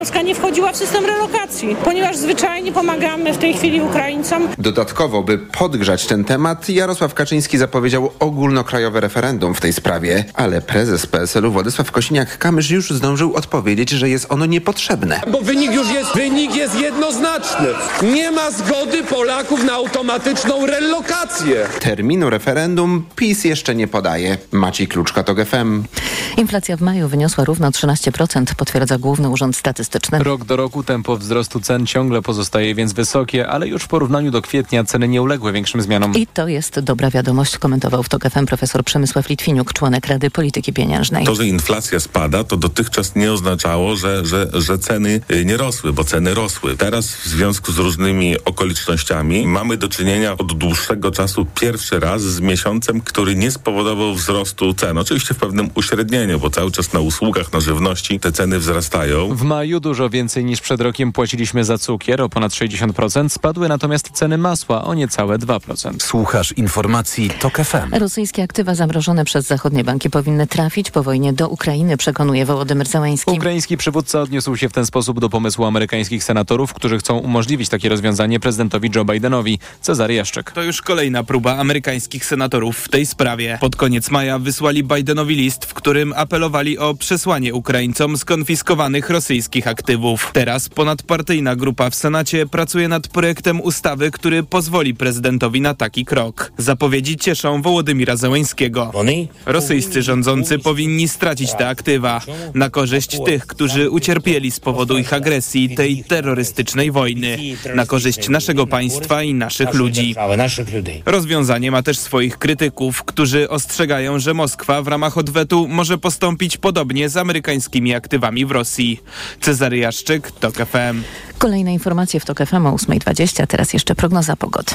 Polska nie wchodziła w system relokacji, ponieważ zwyczajnie pomagamy w tej chwili Ukraińcom. Dodatkowo, by podgrzać ten temat, Jarosław Kaczyński zapowiedział ogólnokrajowe referendum w tej sprawie, ale prezes PSL-u Władysław Kosiniak-Kamysz już zdążył odpowiedzieć, że jest ono niepotrzebne. Bo wynik jest jednoznaczny. Nie ma zgody Polaków na automatyczną relokację. Terminu referendum PiS jeszcze nie podaje. Maciej Kluczka, TOG FM. Inflacja w maju wyniosła równo 13%, potwierdza Główny Urząd Statystyczny. Rok do roku tempo wzrostu cen ciągle pozostaje więc wysokie, ale już w porównaniu do kwietnia ceny nie uległy większym zmianom. I to jest dobra wiadomość, komentował w TOG FM profesor Przemysław Litwiniuk, członek Rady Polityki Pieniężnej. To, że inflacja spada, to dotychczas nie oznaczało, że ceny nie rosły, bo ceny rosły. Teraz w związku z różnymi okolicznościami mamy do czynienia od dłuższego czasu pierwszy raz z miesiącem, który nie spowodował wzrostu cen. Oczywiście w pewnym uśrednieniu, bo cały czas na usługach, na żywności te ceny wzrastają. W maju dużo więcej niż przed rokiem płaciliśmy za cukier, o ponad 60%. Spadły natomiast ceny masła o niecałe 2%. Słuchasz informacji TOG FM. Rosyjskie aktywa zamrożone przez zachodnie banki powinny trafić po wojnie do Ukrainy, przekonuje Wołodymyr Zełenski. Ukraiński przywódca odniósł się w ten sposób do pomysłu amerykańskich senatorów, którzy chcą umożliwić takie rozwiązanie prezydentowi Joe Bidenowi. Cezary Jaszczyk. To już kolejna próba amerykańskich senatorów w tej sprawie. Pod koniec maja wysłali Bidenowi list, w którym apelowali o przesłanie Ukraińcom skonfiskowanych rosyjskich aktywów. Teraz ponadpartyjna grupa w Senacie pracuje nad projektem ustawy, który pozwoli prezydentowi na taki krok. Zapowiedzi cieszą Wołodymira Zełenskiego. Rosyjscy rządzący powinni stracić te aktywa na korzyść tych, którzy ucierpieli z powodu ich agresji, tej terrorystycznej wojny, na korzyść naszego państwa i naszych ludzi. Rozwiązanie ma też swoich krytyków, którzy ostrzegają, że Moskwa w ramach odwetu może postąpić podobnie z amerykańskimi aktywami w Rosji. Cezary Jaszczyk, TOG FM. Kolejne informacje w TOG FM o 8:20, teraz jeszcze prognoza pogody.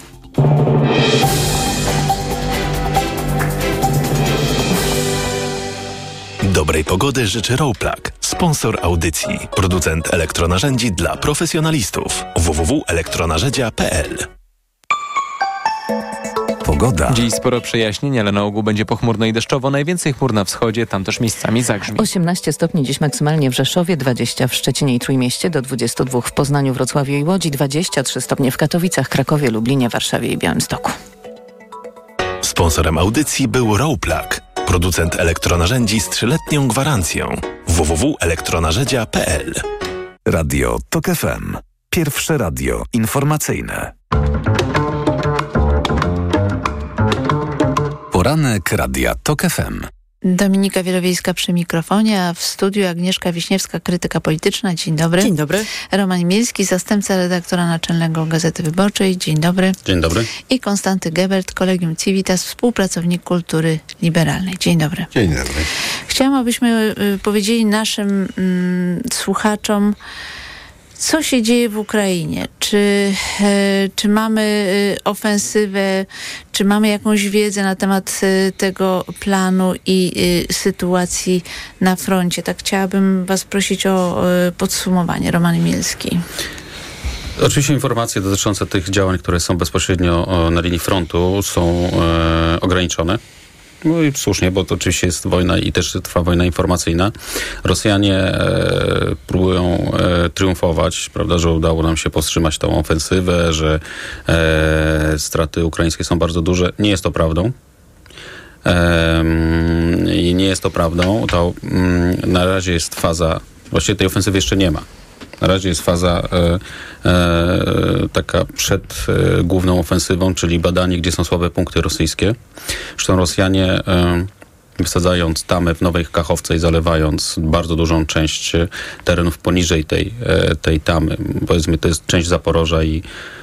Dobrej pogody życzy Rowplug, sponsor audycji, producent elektronarzędzi dla profesjonalistów. www.elektronarzędzia.pl. Pogoda. Dziś sporo przejaśnień, ale na ogół będzie pochmurno i deszczowo. Najwięcej chmur na wschodzie, tam też miejscami zagrzmi. 18 stopni dziś maksymalnie w Rzeszowie, 20 w Szczecinie i Trójmieście, do 22 w Poznaniu, Wrocławiu i Łodzi, 23 stopnie w Katowicach, Krakowie, Lublinie, Warszawie i Białymstoku. Sponsorem audycji był Rowplug, producent elektronarzędzi z 3-letnią gwarancją. www.elektronarzędzia.pl. Radio TOG FM. Pierwsze radio informacyjne. Poranek Radia TOG FM. Dominika Wielowiejska przy mikrofonie, a w studiu Agnieszka Wiśniewska, krytyka polityczna. Dzień dobry. Dzień dobry. Roman Mielski, zastępca redaktora naczelnego Gazety Wyborczej. Dzień dobry. Dzień dobry. I Konstanty Gebert, Collegium Civitas, współpracownik kultury liberalnej. Dzień dobry. Dzień dobry. Chciałam, abyśmy powiedzieli naszym słuchaczom, co się dzieje w Ukrainie? Czy mamy ofensywę, czy mamy jakąś wiedzę na temat tego planu i sytuacji na froncie? Tak chciałabym was prosić o podsumowanie. Roman Mielski. Oczywiście informacje dotyczące tych działań, które są bezpośrednio na linii frontu, są ograniczone. No i słusznie, bo to oczywiście jest wojna i też trwa wojna informacyjna. Rosjanie próbują triumfować, prawda, że udało nam się powstrzymać tą ofensywę, że straty ukraińskie są bardzo duże. Nie jest to prawdą. I nie jest to prawdą. To na razie jest faza, właściwie tej ofensywy jeszcze nie ma. Na razie jest faza taka przed główną ofensywą, czyli badanie, gdzie są słabe punkty rosyjskie. Zresztą Rosjanie, wysadzając tamy w Nowej Kachowce i zalewając bardzo dużą część terenów poniżej tej tamy, powiedzmy, to jest część Zaporoża i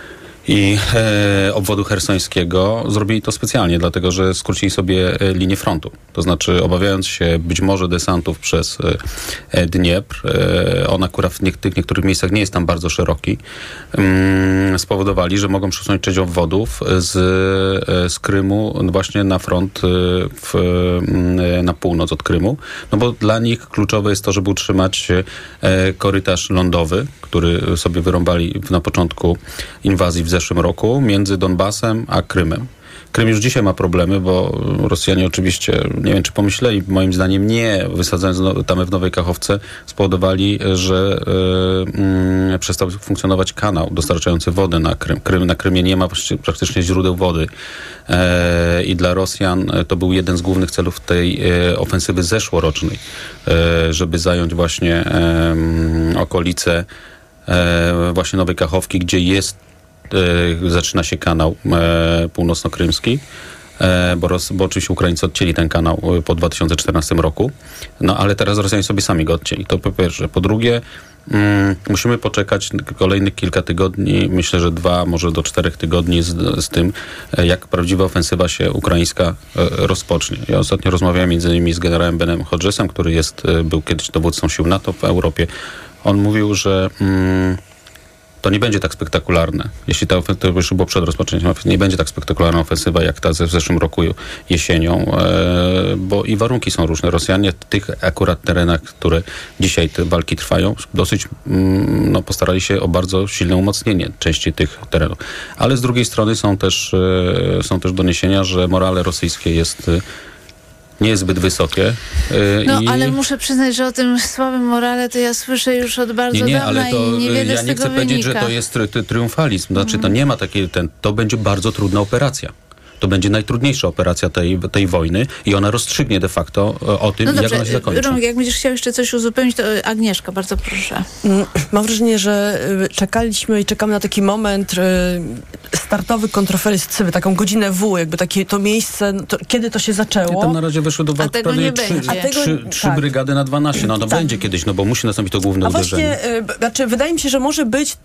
obwodu chersońskiego, zrobili to specjalnie, dlatego że skrócili sobie linię frontu. To znaczy, obawiając się być może desantów przez Dniepr, on akurat w tych niektórych miejscach nie jest tam bardzo szeroki, spowodowali, że mogą przesunąć część obwodów z Krymu właśnie na front na północ od Krymu, no bo dla nich kluczowe jest to, żeby utrzymać korytarz lądowy, który sobie wyrąbali na początku inwazji w zeszłym roku między Donbasem a Krymem. Krym już dzisiaj ma problemy, bo Rosjanie oczywiście, nie wiem czy pomyśleli, moim zdaniem nie, wysadzając tamę w Nowej Kachowce, spowodowali, że przestał funkcjonować kanał dostarczający wodę na Krym. Na Krymie nie ma praktycznie źródeł wody. I dla Rosjan to był jeden z głównych celów tej ofensywy zeszłorocznej, żeby zająć właśnie okolice właśnie Nowej Kachowki, gdzie zaczyna się kanał północno-krymski, bo oczywiście Ukraińcy odcięli ten kanał po 2014 roku, no ale teraz Rosjanie sobie sami go odcięli. To po pierwsze. Po drugie, musimy poczekać kolejnych kilka tygodni, myślę, że 2, może do 4 tygodni z tym, jak prawdziwa ofensywa się ukraińska rozpocznie. Ja ostatnio rozmawiałem między innymi z generałem Benem Hodgesem, który był kiedyś dowódcą sił NATO w Europie. On mówił, że to nie będzie tak spektakularne. Jeśli to już było przed rozpoczęciem, nie będzie tak spektakularna ofensywa jak ta w zeszłym roku jesienią, bo i warunki są różne. Rosjanie w tych akurat terenach, które dzisiaj te walki trwają, dosyć postarali się o bardzo silne umocnienie części tych terenów. Ale z drugiej strony są też doniesienia, że morale rosyjskie nie jest zbyt wysokie. Ale muszę przyznać, że o tym słabym morale to ja słyszę już od bardzo dawna ale to, i niewiele ja z nie tego chcę powiedzieć, wynika. że to jest triumfalizm. Znaczy, to nie ma takiej, to będzie bardzo trudna operacja. To będzie najtrudniejsza operacja tej wojny i ona rozstrzygnie de facto o tym, jak ona się zakończy. Romek, jak będziesz chciał jeszcze coś uzupełnić, to Agnieszka, bardzo proszę. Mam wrażenie, że czekaliśmy i czekamy na taki moment startowy, kontrowersyjny, taką godzinę W, jakby takie to miejsce, kiedy to się zaczęło. Tam na razie wyszły do walki prawie trzy tak. brygady na 12. No będzie kiedyś, bo musi nastąpić to główne uderzenie. Właśnie, wydaje mi się, że może być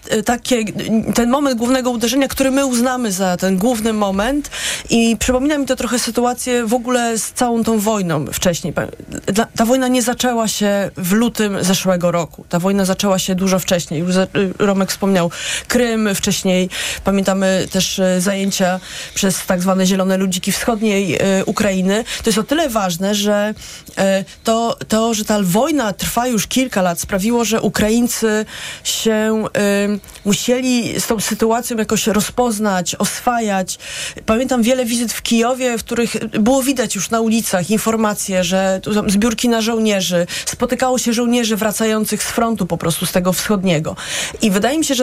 ten moment głównego uderzenia, który my uznamy za ten główny moment i przypomina mi to trochę sytuację w ogóle z całą tą wojną wcześniej. Ta wojna nie zaczęła się w lutym zeszłego roku. Ta wojna zaczęła się dużo wcześniej. Już Romek wspomniał Krym, wcześniej pamiętamy też zajęcia przez tak zwane zielone ludziki wschodniej Ukrainy. To jest o tyle ważne, że że ta wojna trwa już kilka lat, sprawiło, że Ukraińcy się musieli z tą sytuacją jakoś rozpoznać, oswajać. Pamiętam wiele wizyt w Kijowie, w których było widać już na ulicach informacje, że tu są zbiórki na żołnierzy. Spotykało się żołnierzy wracających z frontu po prostu, z tego wschodniego. I wydaje mi się, że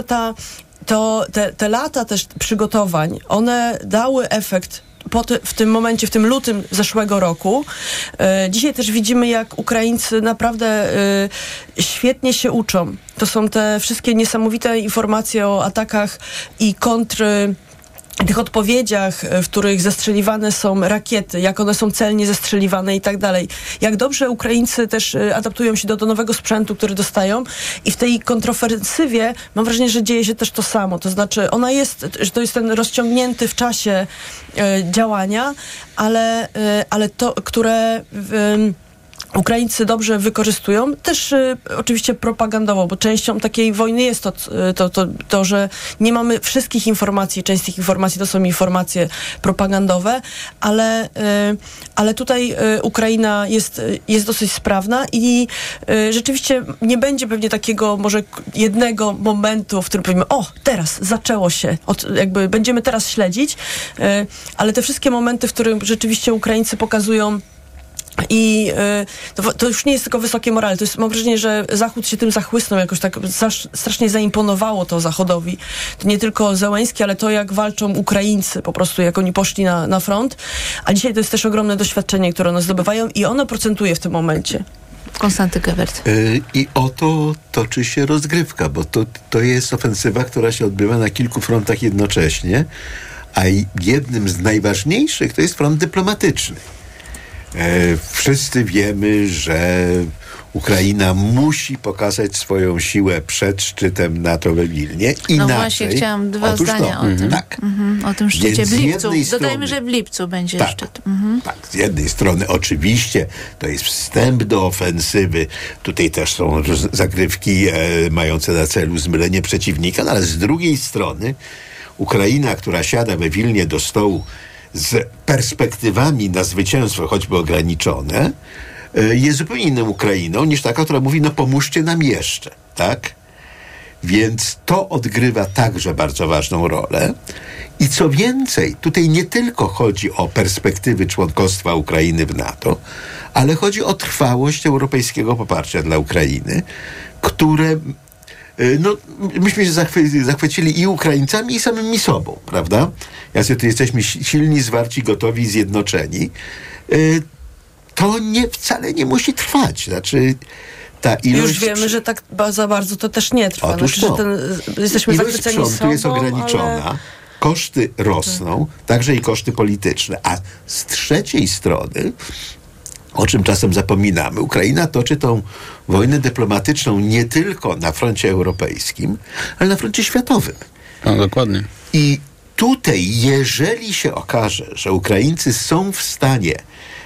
te lata też przygotowań, one dały efekt w tym momencie, w tym lutym zeszłego roku. Dzisiaj też widzimy, jak Ukraińcy naprawdę świetnie się uczą. To są te wszystkie niesamowite informacje o atakach i tych odpowiedziach, w których zestrzeliwane są rakiety, jak one są celnie zestrzeliwane i tak dalej. Jak dobrze Ukraińcy też adaptują się do nowego sprzętu, który dostają i w tej kontrofensywie mam wrażenie, że dzieje się też to samo. To znaczy że to jest ten rozciągnięty w czasie działania, ale to, które Ukraińcy dobrze wykorzystują, też oczywiście propagandowo, bo częścią takiej wojny jest to, że nie mamy wszystkich informacji, część z tych informacji to są informacje propagandowe, ale tutaj Ukraina jest dosyć sprawna i rzeczywiście nie będzie pewnie takiego może jednego momentu, w którym powiemy, teraz zaczęło się, jakby będziemy teraz śledzić, ale te wszystkie momenty, w których rzeczywiście Ukraińcy pokazują i to już nie jest tylko wysokie morale. Mam wrażenie, że Zachód się tym zachłysnął, jakoś tak strasznie zaimponowało to Zachodowi. To nie tylko Zełenski, ale to, jak walczą Ukraińcy, po prostu jak oni poszli na front. A dzisiaj to jest też ogromne doświadczenie, które one zdobywają i ono procentuje w tym momencie. Konstanty Gebert. I oto toczy się rozgrywka, bo to jest ofensywa, która się odbywa na kilku frontach jednocześnie, a jednym z najważniejszych to jest front dyplomatyczny. Wszyscy wiemy, że Ukraina musi pokazać swoją siłę przed szczytem NATO we Wilnie. Inaczej, no właśnie, chciałam dwa zdania o tym. Tak. O tym szczycie w lipcu. Dodajmy, że w lipcu będzie tak, szczyt. Tak, z jednej strony oczywiście to jest wstęp do ofensywy. Tutaj też są zagrywki mające na celu zmylenie przeciwnika, ale z drugiej strony Ukraina, która siada we Wilnie do stołu z perspektywami na zwycięstwo, choćby ograniczone, jest zupełnie inną Ukrainą niż taka, która mówi, pomóżcie nam jeszcze, tak? Więc to odgrywa także bardzo ważną rolę I co więcej, tutaj nie tylko chodzi o perspektywy członkostwa Ukrainy w NATO, ale chodzi o trwałość europejskiego poparcia dla Ukrainy, które myśmy się zachwycili i Ukraińcami, i samymi sobą, prawda? Jacy tu jesteśmy silni, zwarci, gotowi, zjednoczeni. To wcale nie musi trwać. Znaczy, ta ilość... Już wiemy, że tak za bardzo to też nie trwa. Otóż znaczy, to. Jesteśmy Ilość zachwyceni sprzętu jest sobą, ograniczona. ale... Koszty rosną, także i koszty polityczne. A z trzeciej strony, o czym czasem zapominamy, Ukraina toczy tą wojnę dyplomatyczną nie tylko na froncie europejskim, ale na froncie światowym. No, dokładnie. I tutaj, jeżeli się okaże, że Ukraińcy są w stanie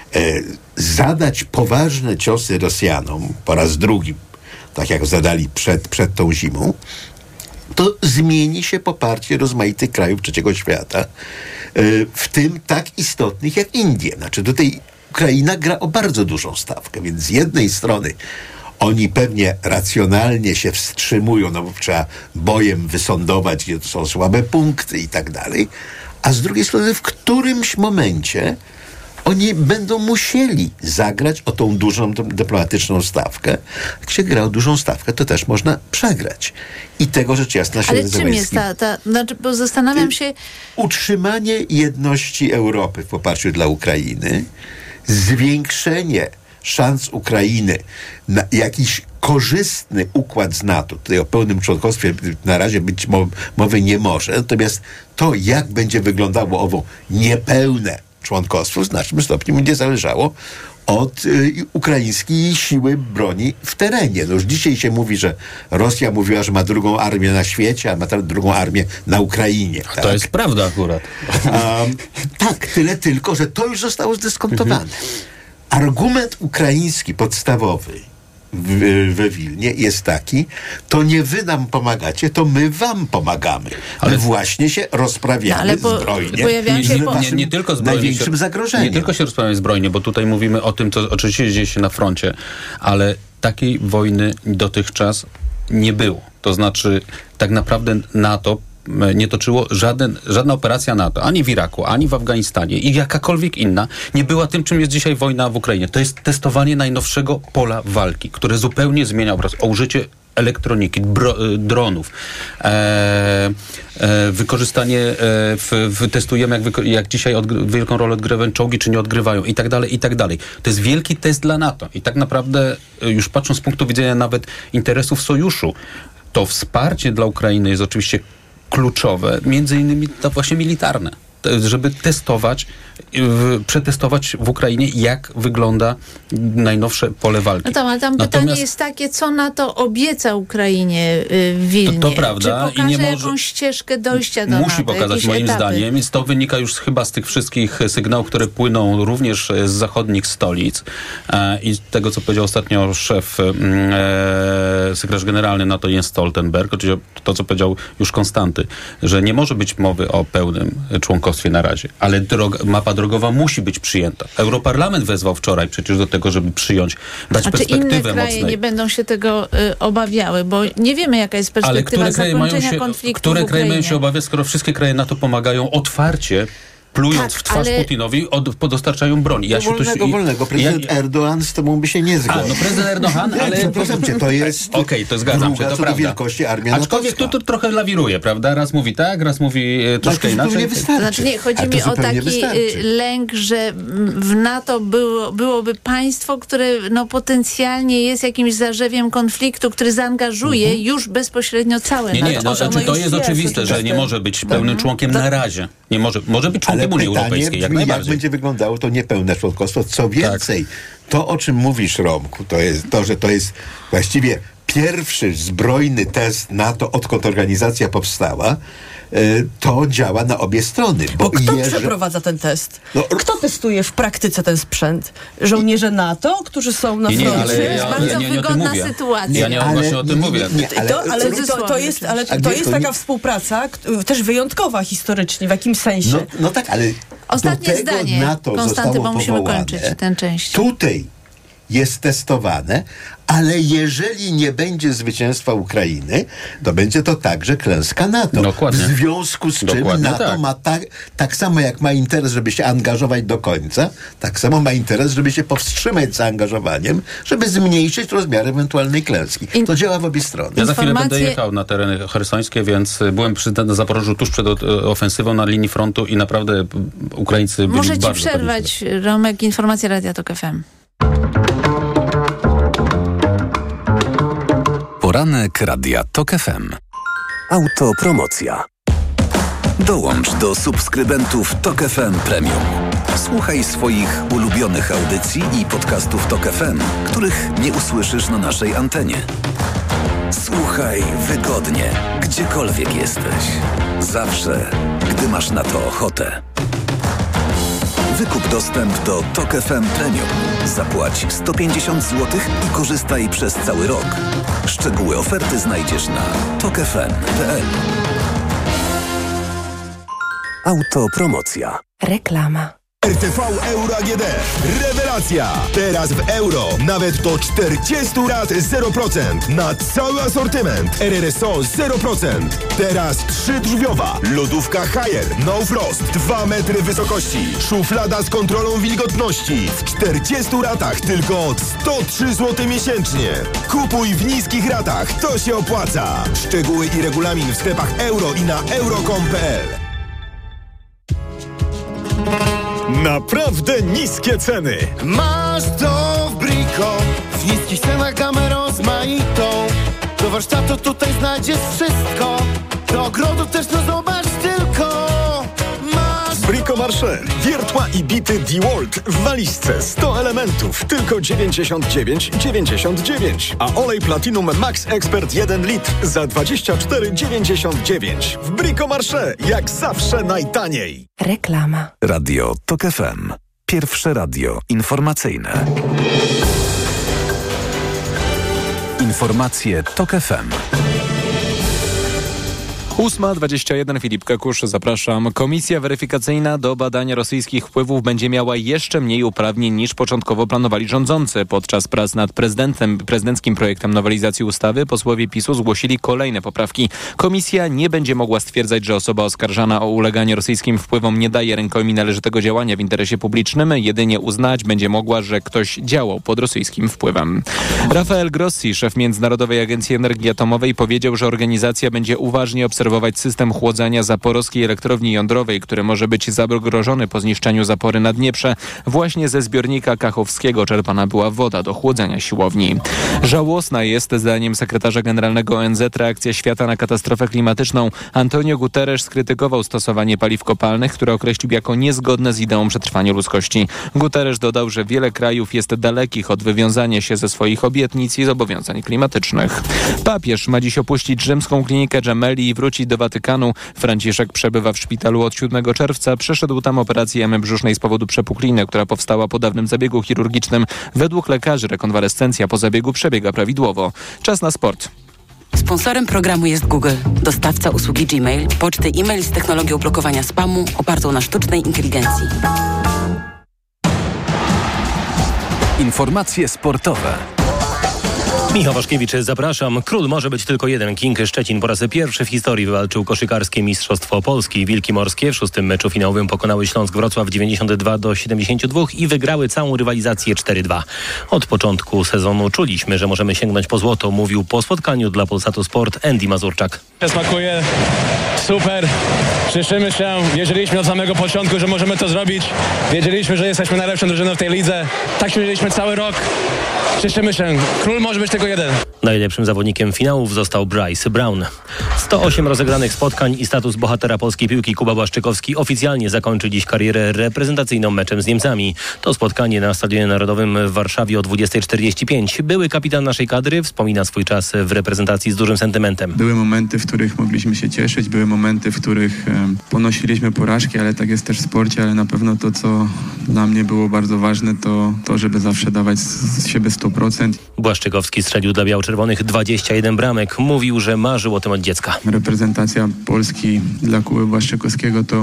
zadać poważne ciosy Rosjanom po raz drugi, tak jak zadali przed tą zimą, to zmieni się poparcie rozmaitych krajów trzeciego świata, w tym tak istotnych jak Indie. Znaczy tutaj Ukraina gra o bardzo dużą stawkę, więc z jednej strony oni pewnie racjonalnie się wstrzymują, no bo trzeba bojem wysądować, gdzie to są słabe punkty i tak dalej, a z drugiej strony w którymś momencie oni będą musieli zagrać o tą dużą dyplomatyczną stawkę. Jak się gra o dużą stawkę, to też można przegrać. I tego rzecz jasna się Ale czym jest znaczy, bo zastanawiam się... Utrzymanie jedności Europy w poparciu dla Ukrainy, zwiększenie szans Ukrainy na jakiś korzystny układ z NATO. Tutaj o pełnym członkostwie na razie być mowy nie może. Natomiast to, jak będzie wyglądało owo niepełne członkostwo, w znacznym stopniu będzie zależało od ukraińskiej siły broni w terenie. No już dzisiaj się mówi, że Rosja mówiła, że ma drugą armię na świecie, a ma drugą armię na Ukrainie. Tak? To jest prawda akurat. Tak, tyle tylko, że to już zostało zdyskontowane. Argument ukraiński podstawowy we Wilnie jest taki, to nie wy nam pomagacie, to my wam pomagamy. Ale właśnie się rozprawiamy zbrojnie. Nie tylko zbrojnie. Największym zagrożeniem. Nie tylko się rozprawiamy zbrojnie, bo tutaj mówimy o tym, co oczywiście dzieje się na froncie, ale takiej wojny dotychczas nie było. To znaczy, tak naprawdę NATO nie toczyło żadna operacja NATO, ani w Iraku, ani w Afganistanie i jakakolwiek inna nie była tym, czym jest dzisiaj wojna w Ukrainie. To jest testowanie najnowszego pola walki, które zupełnie zmienia obraz. O użycie elektroniki, dronów, wykorzystanie, testujemy jak dzisiaj wielką rolę odgrywają czołgi, czy nie odgrywają i tak dalej, i tak dalej. To jest wielki test dla NATO i tak naprawdę już patrząc z punktu widzenia nawet interesów sojuszu, to wsparcie dla Ukrainy jest oczywiście kluczowe, między innymi to właśnie militarne, żeby przetestować w Ukrainie, jak wygląda najnowsze pole walki. No ale tam pytanie jest takie, co NATO obieca Ukrainie w Wilnie? To prawda. Czy pokaże jakąś ścieżkę dojścia do Musi NATO? pokazać moim zdaniem. Więc to wynika już chyba z tych wszystkich sygnałów, które płyną również z zachodnich stolic i tego, co powiedział ostatnio szef, sekretarz generalny NATO Jens Stoltenberg, czyli to, co powiedział już Konstanty, że nie może być mowy o pełnym członkostwie na razie, ale mapa drogowa musi być przyjęta. Europarlament wezwał wczoraj przecież do tego, żeby przyjąć, dać perspektywę mocnej. Czy inne kraje nie będą się tego obawiały? Bo nie wiemy, jaka jest perspektywa zakończenia konfliktu Które w Ukrainie. kraje mają się obawiać, skoro wszystkie kraje NATO pomagają otwarcie, plując w twarz Putinowi, dostarczają broni. Wolnego. Prezydent Erdoğan z tobą by się nie zgodził. Prezydent Erdoğan, ale... Przepraszam cię, to jest... Okej, to zgadzam się, to prawda. Wielkości armia aczkolwiek tu trochę lawiruje, prawda? Raz mówi tak, raz mówi troszkę inaczej. Chodzi mi o taki lęk, że w NATO byłoby państwo, które potencjalnie jest jakimś zarzewiem konfliktu, który zaangażuje już bezpośrednio całe NATO. To jest oczywiste, że nie może być pełnym członkiem na razie. Nie może być członkiem Unii Europejskiej, jak najbardziej. Jak będzie wyglądało to niepełne członkostwo. Co więcej, to o czym mówisz, Romku, to jest to, że to jest właściwie pierwszy zbrojny test NATO, odkąd organizacja powstała, to działa na obie strony. Bo kto przeprowadza ten test? Kto testuje w praktyce ten sprzęt? Żołnierze NATO, którzy są na froncie? To jest bardzo wygodna sytuacja. Ja nie właśnie o tym mówię. To jest taka współpraca, też wyjątkowa historycznie, w jakim sensie? No tak, ale ostatnie zdanie, NATO Konstanty, bo musimy powołane. kończyć tę część. Tutaj jest testowane, Ale jeżeli nie będzie zwycięstwa Ukrainy, to będzie to także klęska NATO. Dokładnie. W związku z czym Dokładnie NATO tak. ma tak samo jak ma interes, żeby się angażować do końca, tak samo ma interes, żeby się powstrzymać z zaangażowaniem, żeby zmniejszyć rozmiar ewentualnej klęski. To działa w obie strony. Ja za chwilę będę jechał na tereny chersońskie, więc byłem na Zaporożu tuż przed ofensywą na linii frontu i naprawdę Ukraińcy byli Możecie bardzo przerwać, Romek, informacja Radia Tok FM. Poranek Radia Tok FM. Autopromocja. Dołącz do subskrybentów Tok FM Premium. Słuchaj swoich ulubionych audycji i podcastów Tok FM, których nie usłyszysz na naszej antenie. Słuchaj wygodnie, gdziekolwiek jesteś. Zawsze, gdy masz na to ochotę. Wykup dostęp do Tok FM Premium. Zapłać 150 zł i korzystaj przez cały rok. Szczegóły oferty znajdziesz na tokfm.pl. Autopromocja. Reklama. RTV Euro AGD. Rewelacja! Teraz w euro nawet do 40 rat 0%. Na cały asortyment. RRSO 0%. Teraz 3-drzwiowa. Lodówka Haier. No Frost. 2 metry wysokości. Szuflada z kontrolą wilgotności. W 40 ratach tylko 103 zł miesięcznie. Kupuj w niskich ratach. To się opłaca. Szczegóły i regulamin w sklepach euro i na euro.com.pl. Naprawdę niskie ceny. Masz to w Brico. W niskich cenach gamę rozmaitą. Do warsztatu tutaj znajdziesz wszystko. Do ogrodu też no zobacz tylko. Brico Marché. Wiertła i bity DeWalt w walizce. 100 elementów. Tylko 99,99. A olej Platinum Max Expert 1 litr za 24,99. W Brico Marché. Jak zawsze najtaniej. Reklama. Radio Tok FM. Pierwsze radio informacyjne. Informacje Tok FM. 8:21, Filip Kakusz, zapraszam. Komisja weryfikacyjna do badania rosyjskich wpływów będzie miała jeszcze mniej uprawnień niż początkowo planowali rządzący. Podczas prac nad prezydenckim projektem nowelizacji ustawy posłowie PiS-u zgłosili kolejne poprawki. Komisja nie będzie mogła stwierdzać, że osoba oskarżana o uleganie rosyjskim wpływom nie daje rękojmi należytego działania w interesie publicznym. Jedynie uznać będzie mogła, że ktoś działał pod rosyjskim wpływem. Rafael Grossi, szef Międzynarodowej Agencji Energii Atomowej, powiedział, że organizacja będzie uważnie obserwować system chłodzenia zaporowskiej elektrowni jądrowej, który może być zagrożony po zniszczeniu zapory na Dnieprze. Właśnie ze zbiornika kachowskiego czerpana była woda do chłodzenia siłowni. Żałosna jest, zdaniem sekretarza generalnego ONZ, reakcja świata na katastrofę klimatyczną. Antonio Guterres skrytykował stosowanie paliw kopalnych, które określił jako niezgodne z ideą przetrwania ludzkości. Guterres dodał, że wiele krajów jest dalekich od wywiązania się ze swoich obietnic i zobowiązań klimatycznych. Papież ma dziś opuścić rzymską klinikę Gemelli i wrócić do Watykanu. Franciszek przebywa w szpitalu od 7 czerwca. Przeszedł tam operację jamy brzusznej z powodu przepukliny, która powstała po dawnym zabiegu chirurgicznym. Według lekarzy rekonwalescencja po zabiegu przebiega prawidłowo. Czas na sport. Sponsorem programu jest Google, dostawca usługi Gmail, poczty e-mail z technologią blokowania spamu opartą na sztucznej inteligencji. Informacje sportowe. Michał Waszkiewicz, zapraszam. Król może być tylko jeden. King Szczecin po raz pierwszy w historii wywalczył koszykarskie Mistrzostwo Polski. Wilki Morskie w 6. meczu finałowym pokonały Śląsk Wrocław 92-72 i wygrały całą rywalizację 4-2. Od początku sezonu czuliśmy, że możemy sięgnąć po złoto, mówił po spotkaniu dla Polsatu Sport Andy Mazurczak. Smakuje super. Cieszymy się. Wierzyliśmy od samego początku, że możemy to zrobić. Wiedzieliśmy, że jesteśmy najlepszą drużyną w tej lidze. Tak się wiedzieliśmy cały rok. Cieszymy się. Król może być tylko jeden. Najlepszym zawodnikiem finałów został Bryce Brown. 108 rozegranych spotkań i status bohatera polskiej piłki Kuba Błaszczykowski oficjalnie zakończy dziś karierę reprezentacyjną meczem z Niemcami. To spotkanie na Stadionie Narodowym w Warszawie o 20:45. Były kapitan naszej kadry wspomina swój czas w reprezentacji z dużym sentymentem. Były momenty, w których mogliśmy się cieszyć, były momenty, w których ponosiliśmy porażki, ale tak jest też w sporcie, ale na pewno to, co dla mnie było bardzo ważne, to żeby zawsze dawać z siebie 100%. Błaszczykowski strzelił dla biało-czerwonych 21 bramek. Mówił, że marzył o tym od dziecka. Reprezentacja Polski dla Kuby Błaszczykowskiego to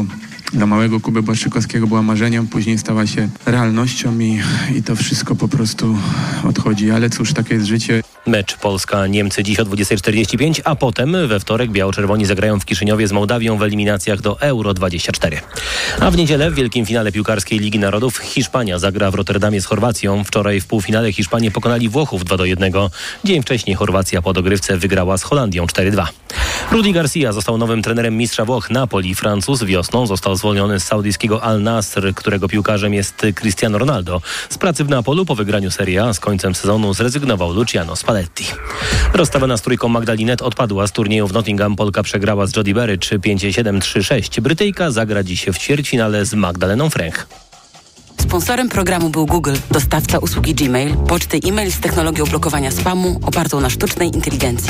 dla małego Kuby Błaszczykowskiego była marzeniem, później stała się realnością i to wszystko po prostu odchodzi. Ale cóż, takie jest życie. Mecz Polska-Niemcy dziś o 20:45, a potem we wtorek biało-czerwoni zagrają w Kiszyniowie z Mołdawią w eliminacjach do Euro 24. A w niedzielę w wielkim finale piłkarskiej Ligi Narodów Hiszpania zagra w Rotterdamie z Chorwacją. Wczoraj w półfinale Hiszpanie pokonali Włochów 2-1. Dzień wcześniej Chorwacja po dogrywce wygrała z Holandią 4-2. Rudi Garcia został nowym trenerem mistrza Włoch Napoli. Francuz wiosną został zwolniony z saudyjskiego Al Nasr, którego piłkarzem jest Cristiano Ronaldo. Z pracy w Neapolu po wygraniu Serie A z końcem sezonu zrezygnował Luciano Spalletti. Rozstawiona z trójką Magdalinet odpadła z turnieju w Nottingham. Polka przegrała z Jodie Berridge 5-7, 3-6. Brytyjka zagra dziś w ćwierćfinale z Magdaleną Fręch. Sponsorem programu był Google, dostawca usługi Gmail, poczty e-mail z technologią blokowania spamu opartą na sztucznej inteligencji.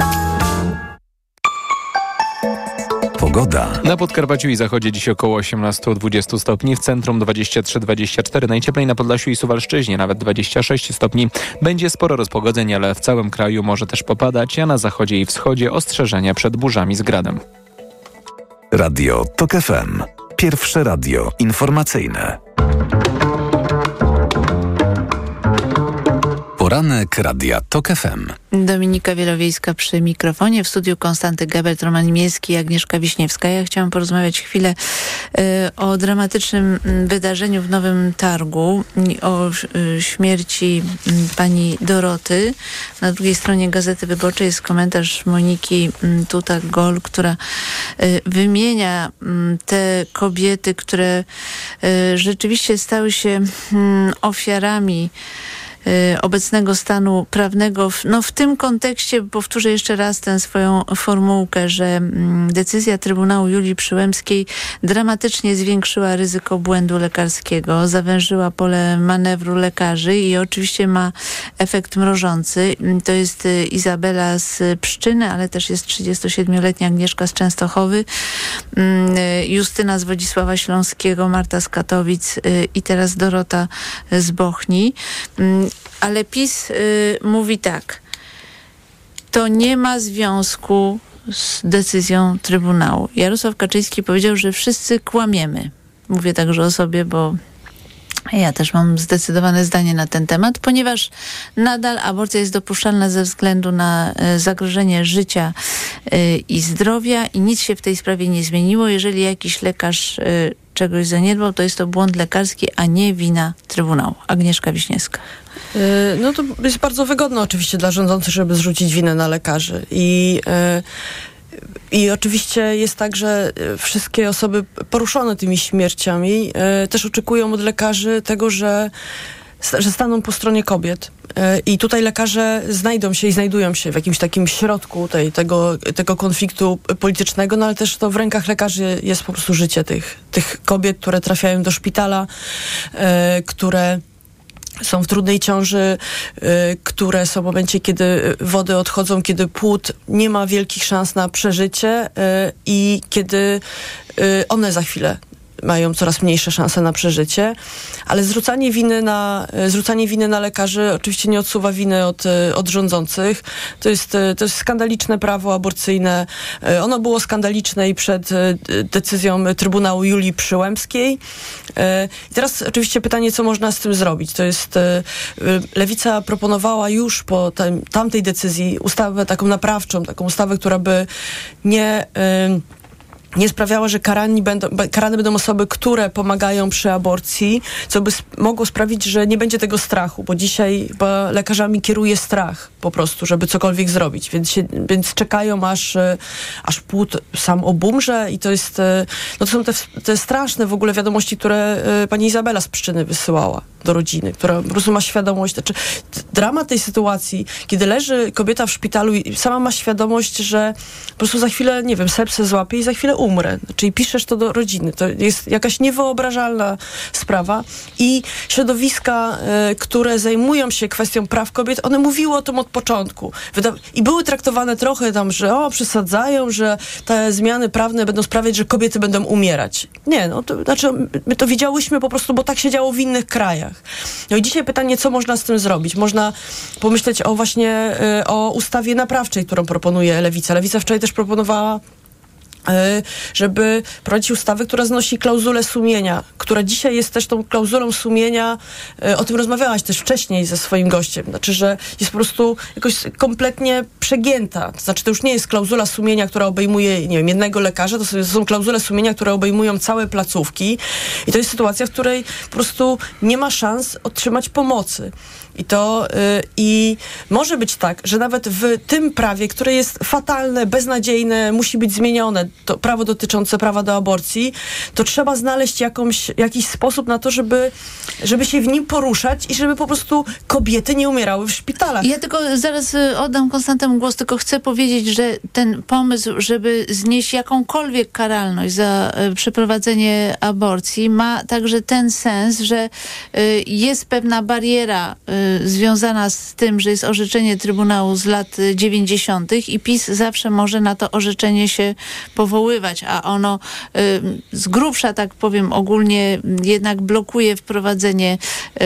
Pogoda. Na Podkarpaciu i zachodzie dziś około 18-20 stopni, w centrum 23-24, najcieplej na Podlasiu i Suwalszczyźnie, nawet 26 stopni. Będzie sporo rozpogodzeń, ale w całym kraju może też popadać, a na zachodzie i wschodzie ostrzeżenia przed burzami z gradem. Radio TOK FM. Pierwsze radio informacyjne. Poranek Radia TOK FM. Dominika Wielowiejska przy mikrofonie. W studiu Konstanty Gebert, Roman Miejski i Agnieszka Wiśniewska. Ja chciałam porozmawiać chwilę o dramatycznym wydarzeniu w Nowym Targu, o śmierci pani Doroty. Na drugiej stronie Gazety Wyborczej jest komentarz Moniki Tutak-Gol, która wymienia te kobiety, które rzeczywiście stały się ofiarami obecnego stanu prawnego. W tym kontekście powtórzę jeszcze raz tę swoją formułkę, że decyzja Trybunału Julii Przyłębskiej dramatycznie zwiększyła ryzyko błędu lekarskiego, zawężyła pole manewru lekarzy i oczywiście ma efekt mrożący. To jest Izabela z Pszczyny, ale też jest 37-letnia Agnieszka z Częstochowy, Justyna z Wodzisława Śląskiego, Marta z Katowic i teraz Dorota z Bochni. Ale PiS mówi tak: to nie ma związku z decyzją Trybunału. Jarosław Kaczyński powiedział, że wszyscy kłamiemy. Mówię także o sobie, bo ja też mam zdecydowane zdanie na ten temat, ponieważ nadal aborcja jest dopuszczalna ze względu na zagrożenie życia i zdrowia i nic się w tej sprawie nie zmieniło. Jeżeli jakiś lekarz czegoś zaniedbał, to jest to błąd lekarski, a nie wina Trybunału. Agnieszka Wiśniewska. No to jest bardzo wygodne oczywiście dla rządzących, żeby zrzucić winę na lekarzy. I oczywiście jest tak, że wszystkie osoby poruszone tymi śmierciami też oczekują od lekarzy tego, że staną po stronie kobiet. I tutaj lekarze znajdą się i znajdują się w jakimś takim środku tego konfliktu politycznego, no ale też to w rękach lekarzy jest po prostu życie tych kobiet, które trafiają do szpitala, które są w trudnej ciąży, które są w momencie, kiedy wody odchodzą, kiedy płód nie ma wielkich szans na przeżycie i kiedy one za chwilę mają coraz mniejsze szanse na przeżycie, ale zrzucanie winy na lekarzy oczywiście nie odsuwa winy od rządzących. To jest skandaliczne prawo aborcyjne. Ono było skandaliczne i przed decyzją Trybunału Julii Przyłębskiej. I teraz oczywiście pytanie, co można z tym zrobić. To jest Lewica proponowała już po tamtej decyzji ustawę taką naprawczą, taką ustawę, która by nie sprawiała, że karane będą osoby, które pomagają przy aborcji, co by mogło sprawić, że nie będzie tego strachu, bo dzisiaj lekarzami kieruje strach po prostu, żeby cokolwiek zrobić, więc czekają, aż płód sam obumrze i to są te straszne w ogóle wiadomości, które pani Izabela z Pszczyny wysyłała do rodziny, która po prostu ma świadomość, dramat tej sytuacji, kiedy leży kobieta w szpitalu i sama ma świadomość, że po prostu za chwilę, nie wiem, sepsę złapie i za chwilę umrę. Czyli piszesz to do rodziny. To jest jakaś niewyobrażalna sprawa i środowiska, które zajmują się kwestią praw kobiet, one mówiły o tym od początku. I były traktowane trochę tam, że przesadzają, że te zmiany prawne będą sprawiać, że kobiety będą umierać. Nie, to znaczy my to widziałyśmy po prostu, bo tak się działo w innych krajach. No i dzisiaj pytanie, co można z tym zrobić? Można pomyśleć o ustawie naprawczej, którą proponuje Lewica. Lewica wczoraj też proponowała żeby prowadzić ustawę, która znosi klauzulę sumienia, która dzisiaj jest też tą klauzulą sumienia, o tym rozmawiałaś też wcześniej ze swoim gościem, znaczy, że jest po prostu jakoś kompletnie przegięta. To znaczy, to już nie jest klauzula sumienia, która obejmuje, nie wiem, jednego lekarza, to są klauzule sumienia, które obejmują całe placówki i to jest sytuacja, w której po prostu nie ma szans otrzymać pomocy. I może być tak, że nawet w tym prawie, które jest fatalne, beznadziejne, musi być zmienione, to prawo dotyczące prawa do aborcji, to trzeba znaleźć jakiś sposób na to, żeby się w nim poruszać i żeby po prostu kobiety nie umierały w szpitalach. Ja tylko zaraz oddam Konstantemu głos, tylko chcę powiedzieć, że ten pomysł, żeby znieść jakąkolwiek karalność za przeprowadzenie aborcji, ma także ten sens, że jest pewna bariera związana z tym, że jest orzeczenie Trybunału z lat 90. i PiS zawsze może na to orzeczenie się powoływać, a ono z grubsza, tak powiem, ogólnie jednak blokuje wprowadzenie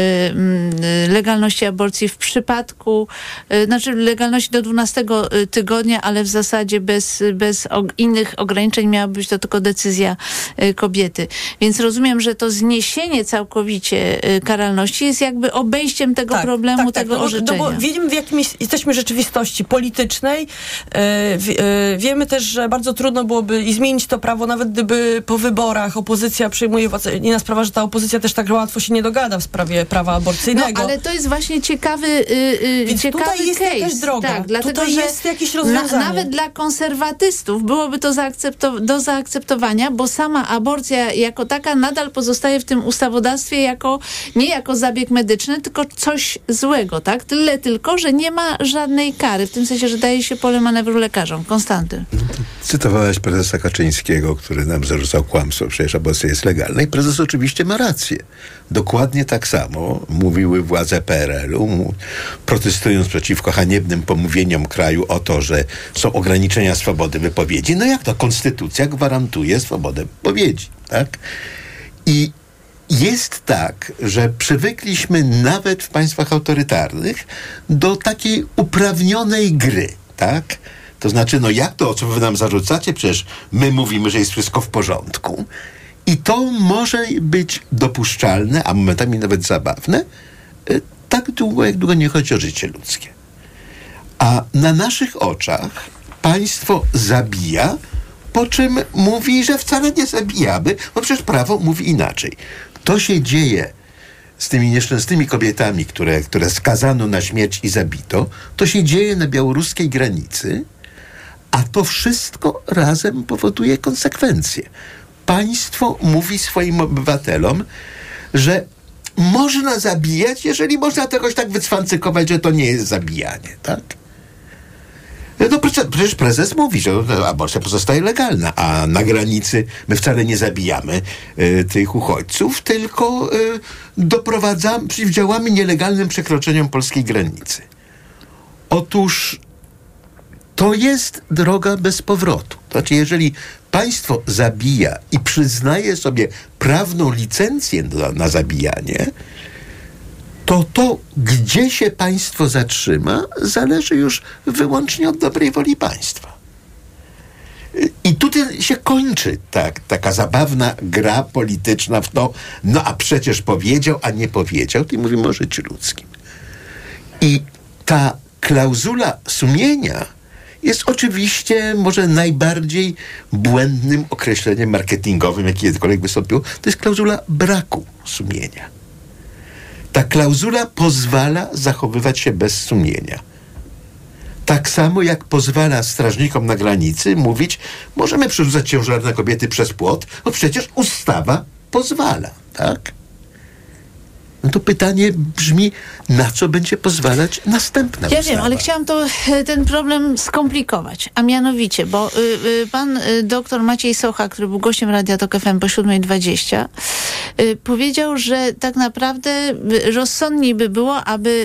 legalności aborcji w przypadku, znaczy legalności do 12 tygodnia, ale w zasadzie bez innych ograniczeń miała być to tylko decyzja kobiety. Więc rozumiem, że to zniesienie całkowicie karalności jest jakby obejściem tego problemu, tego orzeczenia. Bo wiemy, w jakiej jesteśmy rzeczywistości politycznej. Wiemy też, że bardzo trudno byłoby i zmienić to prawo, nawet gdyby po wyborach opozycja przyjmuje władzę. Inna sprawa, że ta opozycja też tak łatwo się nie dogada w sprawie prawa aborcyjnego. No, ale to jest właśnie ciekawy Więc tutaj jest case. jakaś droga. Tak, dlatego, tutaj że jest jakieś rozwiązanie. Nawet dla konserwatystów byłoby to do zaakceptowania, bo sama aborcja jako taka nadal pozostaje w tym ustawodawstwie nie jako zabieg medyczny, tylko coś złego, tak? Tyle tylko, że nie ma żadnej kary, w tym sensie, że daje się pole manewru lekarzom. Konstanty. Cytowałaś prezesa Kaczyńskiego, który nam zarzucał kłamstwo, przecież aborcja jest legalna i prezes oczywiście ma rację. Dokładnie tak samo mówiły władze PRL-u, protestując przeciwko haniebnym pomówieniom kraju o to, że są ograniczenia swobody wypowiedzi. No jak to? Konstytucja gwarantuje swobodę wypowiedzi, tak? I jest tak, że przywykliśmy nawet w państwach autorytarnych do takiej uprawnionej gry, tak? To znaczy, no jak to, co wy nam zarzucacie? Przecież my mówimy, że jest wszystko w porządku. I to może być dopuszczalne, a momentami nawet zabawne, tak długo, jak długo nie chodzi o życie ludzkie. A na naszych oczach państwo zabija, po czym mówi, że wcale nie zabijamy, bo przecież prawo mówi inaczej. To się dzieje z tymi nieszczęsnymi kobietami, które skazano na śmierć i zabito. To się dzieje na białoruskiej granicy, a to wszystko razem powoduje konsekwencje. Państwo mówi swoim obywatelom, że można zabijać, jeżeli można to jakoś tak wycwancykować, że to nie jest zabijanie, tak? No przecież prezes mówi, że aborcja pozostaje legalna, a na granicy my wcale nie zabijamy tych uchodźców, tylko przeciwdziałamy nielegalnym przekroczeniom polskiej granicy. Otóż to jest droga bez powrotu. Znaczy, jeżeli państwo zabija i przyznaje sobie prawną licencję na zabijanie, to gdzie się państwo zatrzyma, zależy już wyłącznie od dobrej woli państwa. I tutaj się kończy taka zabawna gra polityczna w to, no a przecież powiedział, a nie powiedział, i mówimy o życiu ludzkim. I ta klauzula sumienia jest oczywiście może najbardziej błędnym określeniem marketingowym, jakie kiedykolwiek wystąpiło. To jest klauzula braku sumienia. Ta klauzula pozwala zachowywać się bez sumienia. Tak samo jak pozwala strażnikom na granicy mówić, możemy przerzucać ciężarne kobiety przez płot, bo przecież ustawa pozwala, tak? No to pytanie brzmi, na co będzie pozwalać następna ustawa? Ja wiem, ale chciałam ten problem skomplikować, a mianowicie, bo pan doktor Maciej Socha, który był gościem Radia Tok FM po 7:20, powiedział, że tak naprawdę rozsądniej by było, aby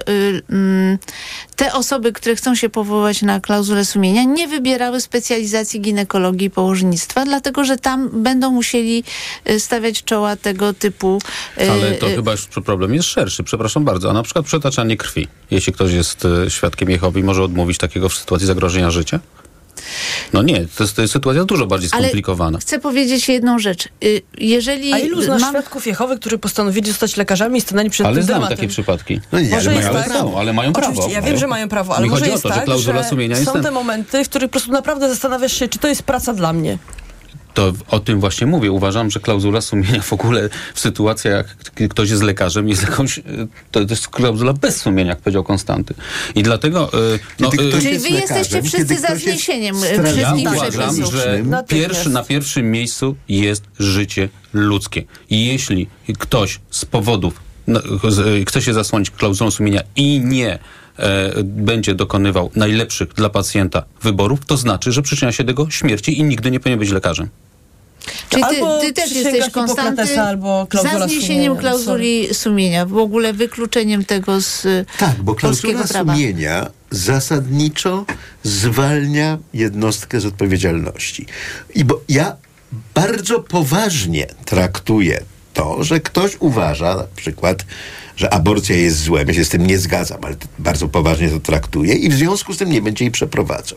te osoby, które chcą się powoływać na klauzulę sumienia, nie wybierały specjalizacji ginekologii i położnictwa, dlatego że tam będą musieli stawiać czoła tego typu... Ale to chyba już problem jest szerszy, przepraszam bardzo. A na przykład przetaczanie krwi. Jeśli ktoś jest świadkiem Jehowy, może odmówić takiego w sytuacji zagrożenia życia? No nie, to jest sytuacja dużo bardziej skomplikowana. Ale chcę powiedzieć jedną rzecz. Jeżeli A ilu znasz świadków Jehowy, którzy postanowili zostać lekarzami i stanęli przed tym tematem? Ale znam takie przypadki. No nie, ale mają prawo. Oczywiście, ja wiem, że mają prawo, ale może jest tak, że są te momenty, w których po prostu naprawdę zastanawiasz się, czy to jest praca dla mnie. To o tym właśnie mówię. Uważam, że klauzula sumienia w ogóle w sytuacjach, jak ktoś jest lekarzem, jest jakąś... To jest klauzula bez sumienia, jak powiedział Konstanty. I dlatego... Czyli wy jesteście wszyscy za zniesieniem wszystkich przepisów. Że na pierwszym miejscu jest życie ludzkie. I jeśli ktoś z powodów chce się zasłonić klauzulą sumienia i nie będzie dokonywał najlepszych dla pacjenta wyborów, to znaczy, że przyczynia się do jego śmierci i nigdy nie powinien być lekarzem. Czyli ty też jesteś, Konstanty, za zniesieniem klauzuli sumienia, w ogóle wykluczeniem tego z tak, bo klauzula prawa. Sumienia zasadniczo zwalnia jednostkę z odpowiedzialności. I bo ja bardzo poważnie traktuję to, że ktoś uważa na przykład, że aborcja jest złem. Ja się z tym nie zgadzam, ale bardzo poważnie to traktuję i w związku z tym nie będzie jej przeprowadzał.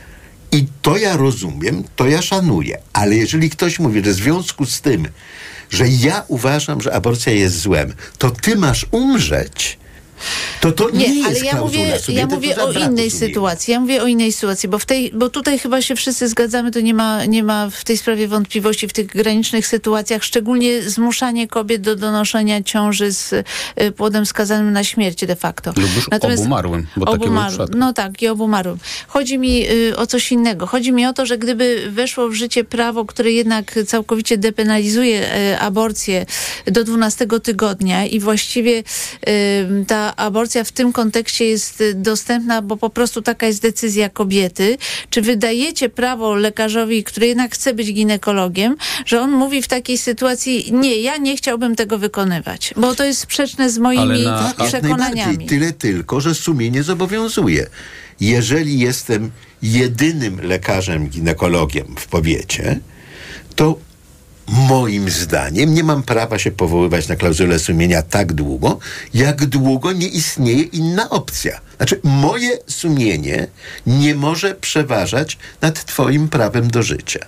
I to ja rozumiem, to ja szanuję. Ale jeżeli ktoś mówi, że w związku z tym, że ja uważam, że aborcja jest złem, to ty masz umrzeć, to nie jest ale ja mówię o innej sytuacji. Ja mówię o innej sytuacji, bo tutaj chyba się wszyscy zgadzamy, to nie ma w tej sprawie wątpliwości w tych granicznych sytuacjach, szczególnie zmuszanie kobiet do donoszenia ciąży z płodem skazanym na śmierć de facto. Lub już obumarłym, bo takie były przypadki. No tak, i obumarłym. Chodzi mi o coś innego. Chodzi mi o to, że gdyby weszło w życie prawo, które jednak całkowicie depenalizuje aborcję do 12 tygodnia i właściwie ta aborcja w tym kontekście jest dostępna, bo po prostu taka jest decyzja kobiety. Czy wydajecie prawo lekarzowi, który jednak chce być ginekologiem, że on mówi w takiej sytuacji, nie, ja nie chciałbym tego wykonywać, bo to jest sprzeczne z moimi przekonaniami. Tyle tylko, że sumienie zobowiązuje. Jeżeli jestem jedynym lekarzem ginekologiem w powiecie, to moim zdaniem nie mam prawa się powoływać na klauzulę sumienia tak długo, jak długo nie istnieje inna opcja. Znaczy, moje sumienie nie może przeważać nad twoim prawem do życia.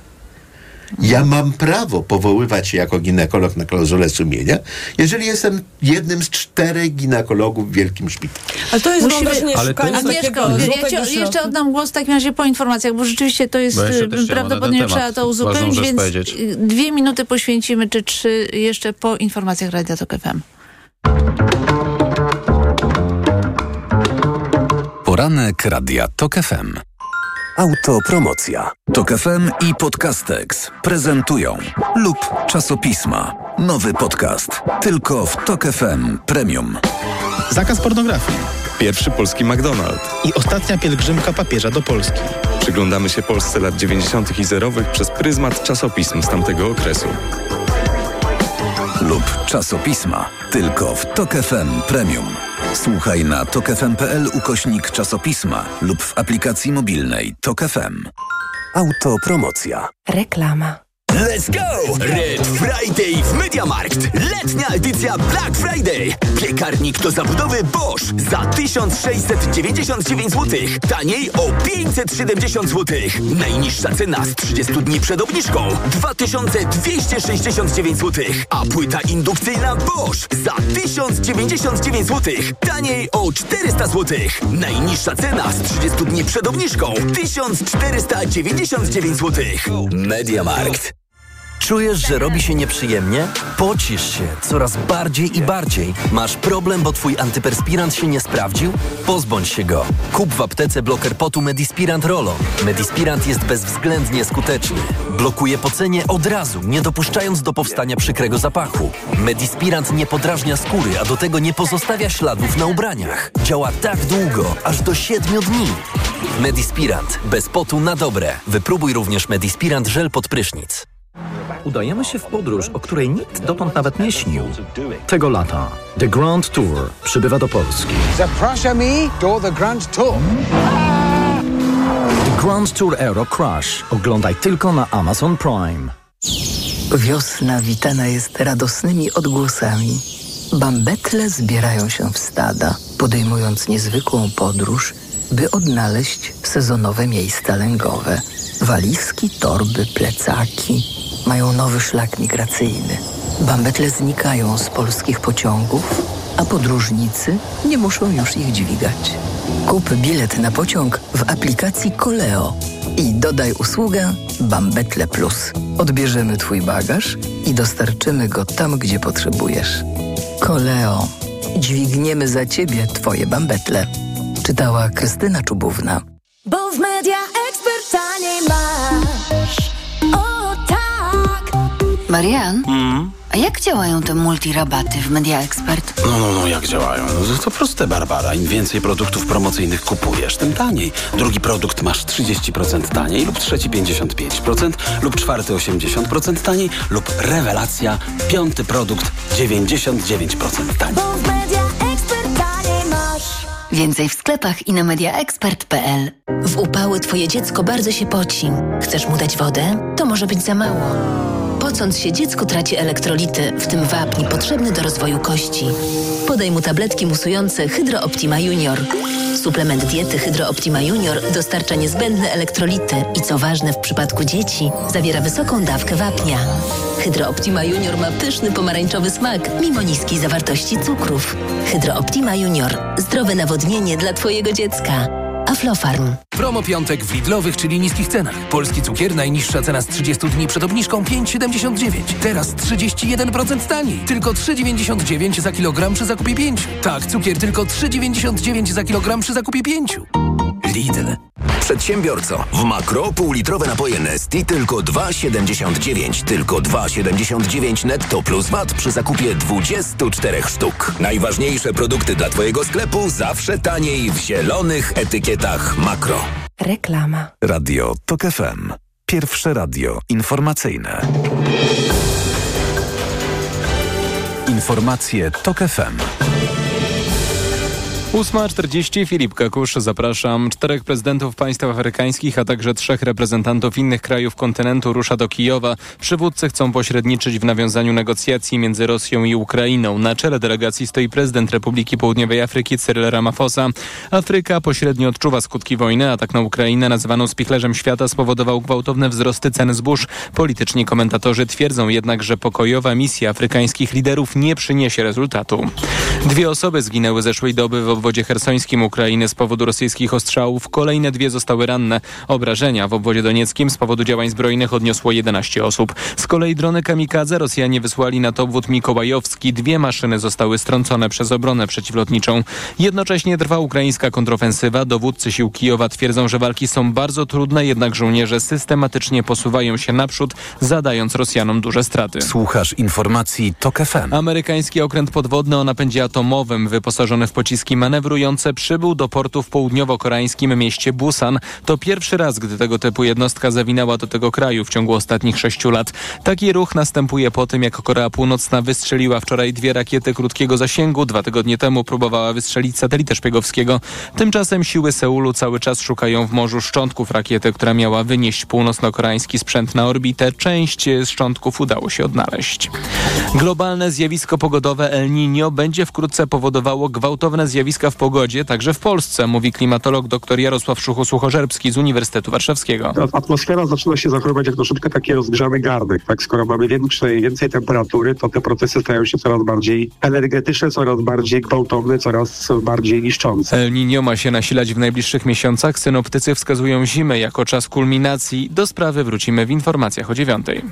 Ja mam prawo powoływać się jako ginekolog na klauzulę sumienia, jeżeli jestem jednym z 4 ginekologów w wielkim szpitalu. Ale to jest ja jeszcze oddam głos w takim razie po informacjach, bo rzeczywiście to jest prawdopodobnie trzeba to uzupełnić, więc 2 minuty poświęcimy, czy 3 jeszcze po informacjach Radia Tok FM. Poranek Radia Tok FM. Autopromocja. Tok FM i Podcastex prezentują lub czasopisma. Nowy podcast. Tylko w Tok FM Premium. Zakaz pornografii. Pierwszy polski McDonald's. I ostatnia pielgrzymka papieża do Polski. Przyglądamy się Polsce lat 90. i zerowych przez pryzmat czasopism z tamtego okresu. Lub czasopisma. Tylko w Tok FM Premium. Słuchaj na tokfm.pl/czasopisma lub w aplikacji mobilnej Tok FM. Autopromocja. Reklama. Let's go! Red Friday w MediaMarkt. Letnia edycja Black Friday. Piekarnik do zabudowy Bosch za 1699 zł. Taniej o 570 zł. Najniższa cena z 30 dni przed obniżką 2269 zł. A płyta indukcyjna Bosch za 1099 zł. Taniej o 400 zł. Najniższa cena z 30 dni przed obniżką 1499 zł. MediaMarkt. Czujesz, że robi się nieprzyjemnie? Pocisz się coraz bardziej i bardziej. Masz problem, bo twój antyperspirant się nie sprawdził? Pozbądź się go. Kup w aptece bloker potu Medispirant Roll-On. Medispirant jest bezwzględnie skuteczny. Blokuje pocenie od razu, nie dopuszczając do powstania przykrego zapachu. Medispirant nie podrażnia skóry, a do tego nie pozostawia śladów na ubraniach. Działa tak długo, aż do 7 dni. Medispirant. Bez potu na dobre. Wypróbuj również Medispirant żel pod prysznic. Udajemy się w podróż, o której nikt dotąd nawet nie śnił. Tego lata The Grand Tour przybywa do Polski. Zapraszamy do The Grand Tour. The Grand Tour Euro Crush. Oglądaj tylko na Amazon Prime. Wiosna witana jest radosnymi odgłosami. Bambetle zbierają się w stada, podejmując niezwykłą podróż by odnaleźć sezonowe miejsca lęgowe. Walizki, torby, plecaki mają nowy szlak migracyjny. Bambetle znikają z polskich pociągów, a podróżnicy nie muszą już ich dźwigać. Kup bilet na pociąg w aplikacji Koleo i dodaj usługę Bambetle Plus. Odbierzemy Twój bagaż i dostarczymy go tam, gdzie potrzebujesz. Koleo. Dźwigniemy za Ciebie Twoje bambetle. Czytała Krystyna Czubówna. Bo w Media Expert taniej masz. O tak! Marian? A jak działają te multirabaty w Media Expert? No, jak działają? To proste, Barbara. Im więcej produktów promocyjnych kupujesz, tym taniej. Drugi produkt masz 30% taniej, lub trzeci 55%, lub czwarty 80% taniej, lub rewelacja, piąty produkt 99% taniej. Bo w Media Expert taniej masz. Więcej w sklepach i na mediaexpert.pl. W upały twoje dziecko bardzo się poci. Chcesz mu dać wodę? To może być za mało. Pocąc się, dziecko traci elektrolity, w tym wapń potrzebny do rozwoju kości. Podaj mu tabletki musujące Hydro Optima Junior. Suplement diety Hydro Optima Junior dostarcza niezbędne elektrolity i co ważne w przypadku dzieci, zawiera wysoką dawkę wapnia. Hydro Optima Junior ma pyszny pomarańczowy smak, mimo niskiej zawartości cukrów. Hydro Optima Junior. Zdrowe nawodnienie dla twojego dziecka. Aflofarm. Promo piątek w Lidlowych, czyli niskich cenach. Polski cukier, najniższa cena z 30 dni przed obniżką 5,79. Teraz 31% taniej. Tylko 3,99 za kilogram przy zakupie 5. Tak, cukier tylko 3,99 za kilogram przy zakupie 5. Lidl. Przedsiębiorco, w Makro półlitrowe napoje Nesti tylko 2,79. Tylko 2,79 netto plus VAT przy zakupie 24 sztuk. Najważniejsze produkty dla Twojego sklepu zawsze taniej w zielonych etykietach Makro. Reklama. Radio TOK FM. Pierwsze radio informacyjne. Informacje TOK FM. 8:40, Filip Kakusz, zapraszam. 4 prezydentów państw afrykańskich, a także 3 reprezentantów innych krajów kontynentu rusza do Kijowa. Przywódcy chcą pośredniczyć w nawiązaniu negocjacji między Rosją i Ukrainą. Na czele delegacji stoi prezydent Republiki Południowej Afryki Cyril Ramaphosa. Afryka pośrednio odczuwa skutki wojny. Atak na Ukrainę, nazywaną spichlerzem świata, spowodował gwałtowne wzrosty cen zbóż. Polityczni komentatorzy twierdzą jednak, że pokojowa misja afrykańskich liderów nie przyniesie rezultatu. 2 osoby zginęły zeszłej doby w obwodzie chersońskim Ukrainy z powodu rosyjskich ostrzałów. Kolejne 2 zostały ranne. Obrażenia w obwodzie donieckim z powodu działań zbrojnych odniosło 11 osób. Z kolei drony kamikadze Rosjanie wysłali nad obwód mikołajowski. 2 maszyny zostały strącone przez obronę przeciwlotniczą. Jednocześnie trwa ukraińska kontrofensywa. Dowódcy sił Kijowa twierdzą, że walki są bardzo trudne, jednak żołnierze systematycznie posuwają się naprzód, zadając Rosjanom duże straty. Słuchasz informacji TOK FM. Amerykański okręt podwodny o napędzie atomowym, wyposażony w pociski manewrujące, przybył do portu w południowo-koreańskim mieście Busan. To pierwszy raz, gdy tego typu jednostka zawinęła do tego kraju w ciągu ostatnich 6 lat. Taki ruch następuje po tym, jak Korea Północna wystrzeliła wczoraj 2 rakiety krótkiego zasięgu. 2 tygodnie temu próbowała wystrzelić satelitę szpiegowskiego. Tymczasem siły Seulu cały czas szukają w morzu szczątków rakiety, która miała wynieść północno-koreański sprzęt na orbitę. Część szczątków udało się odnaleźć. Globalne zjawisko pogodowe El Niño będzie wkrótce powodowało gwałtowne zjawiska w pogodzie, także w Polsce, mówi klimatolog dr Jarosław Szuchu-Suchorzerbski z Uniwersytetu Warszawskiego. Atmosfera zaczyna się zachowywać jak troszeczkę taki rozgrzany garnek. Tak? Skoro mamy więcej temperatury, to te procesy stają się coraz bardziej energetyczne, coraz bardziej gwałtowne, coraz bardziej niszczące. El Niño ma się nasilać w najbliższych miesiącach. Synoptycy wskazują zimę jako czas kulminacji. Do sprawy wrócimy w informacjach o 9:00.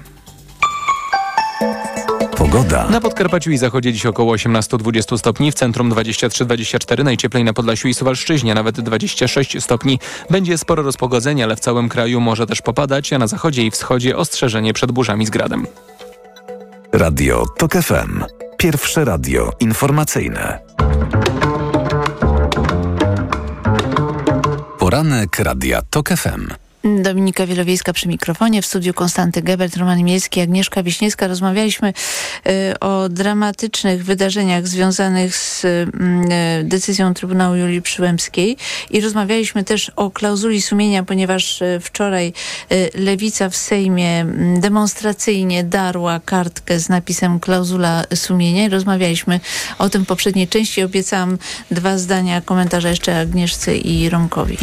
Pogoda. Na Podkarpaciu i zachodzie dziś około 18-20 stopni, w centrum 23-24, najcieplej na Podlasiu i Suwalszczyźnie, nawet 26 stopni. Będzie sporo rozpogodzenia, ale w całym kraju może też popadać, a na zachodzie i wschodzie ostrzeżenie przed burzami z gradem. Radio TOK FM. Pierwsze radio informacyjne. Poranek Radia TOK FM. Dominika Wielowiejska przy mikrofonie, w studiu Konstanty Gebert, Roman Miejski, Agnieszka Wiśniewska. Rozmawialiśmy o dramatycznych wydarzeniach związanych z decyzją Trybunału Julii Przyłębskiej i rozmawialiśmy też o klauzuli sumienia, ponieważ wczoraj Lewica w Sejmie demonstracyjnie darła kartkę z napisem klauzula sumienia i rozmawialiśmy o tym w poprzedniej części. Obiecałam 2 zdania komentarza jeszcze Agnieszce i Romkowi.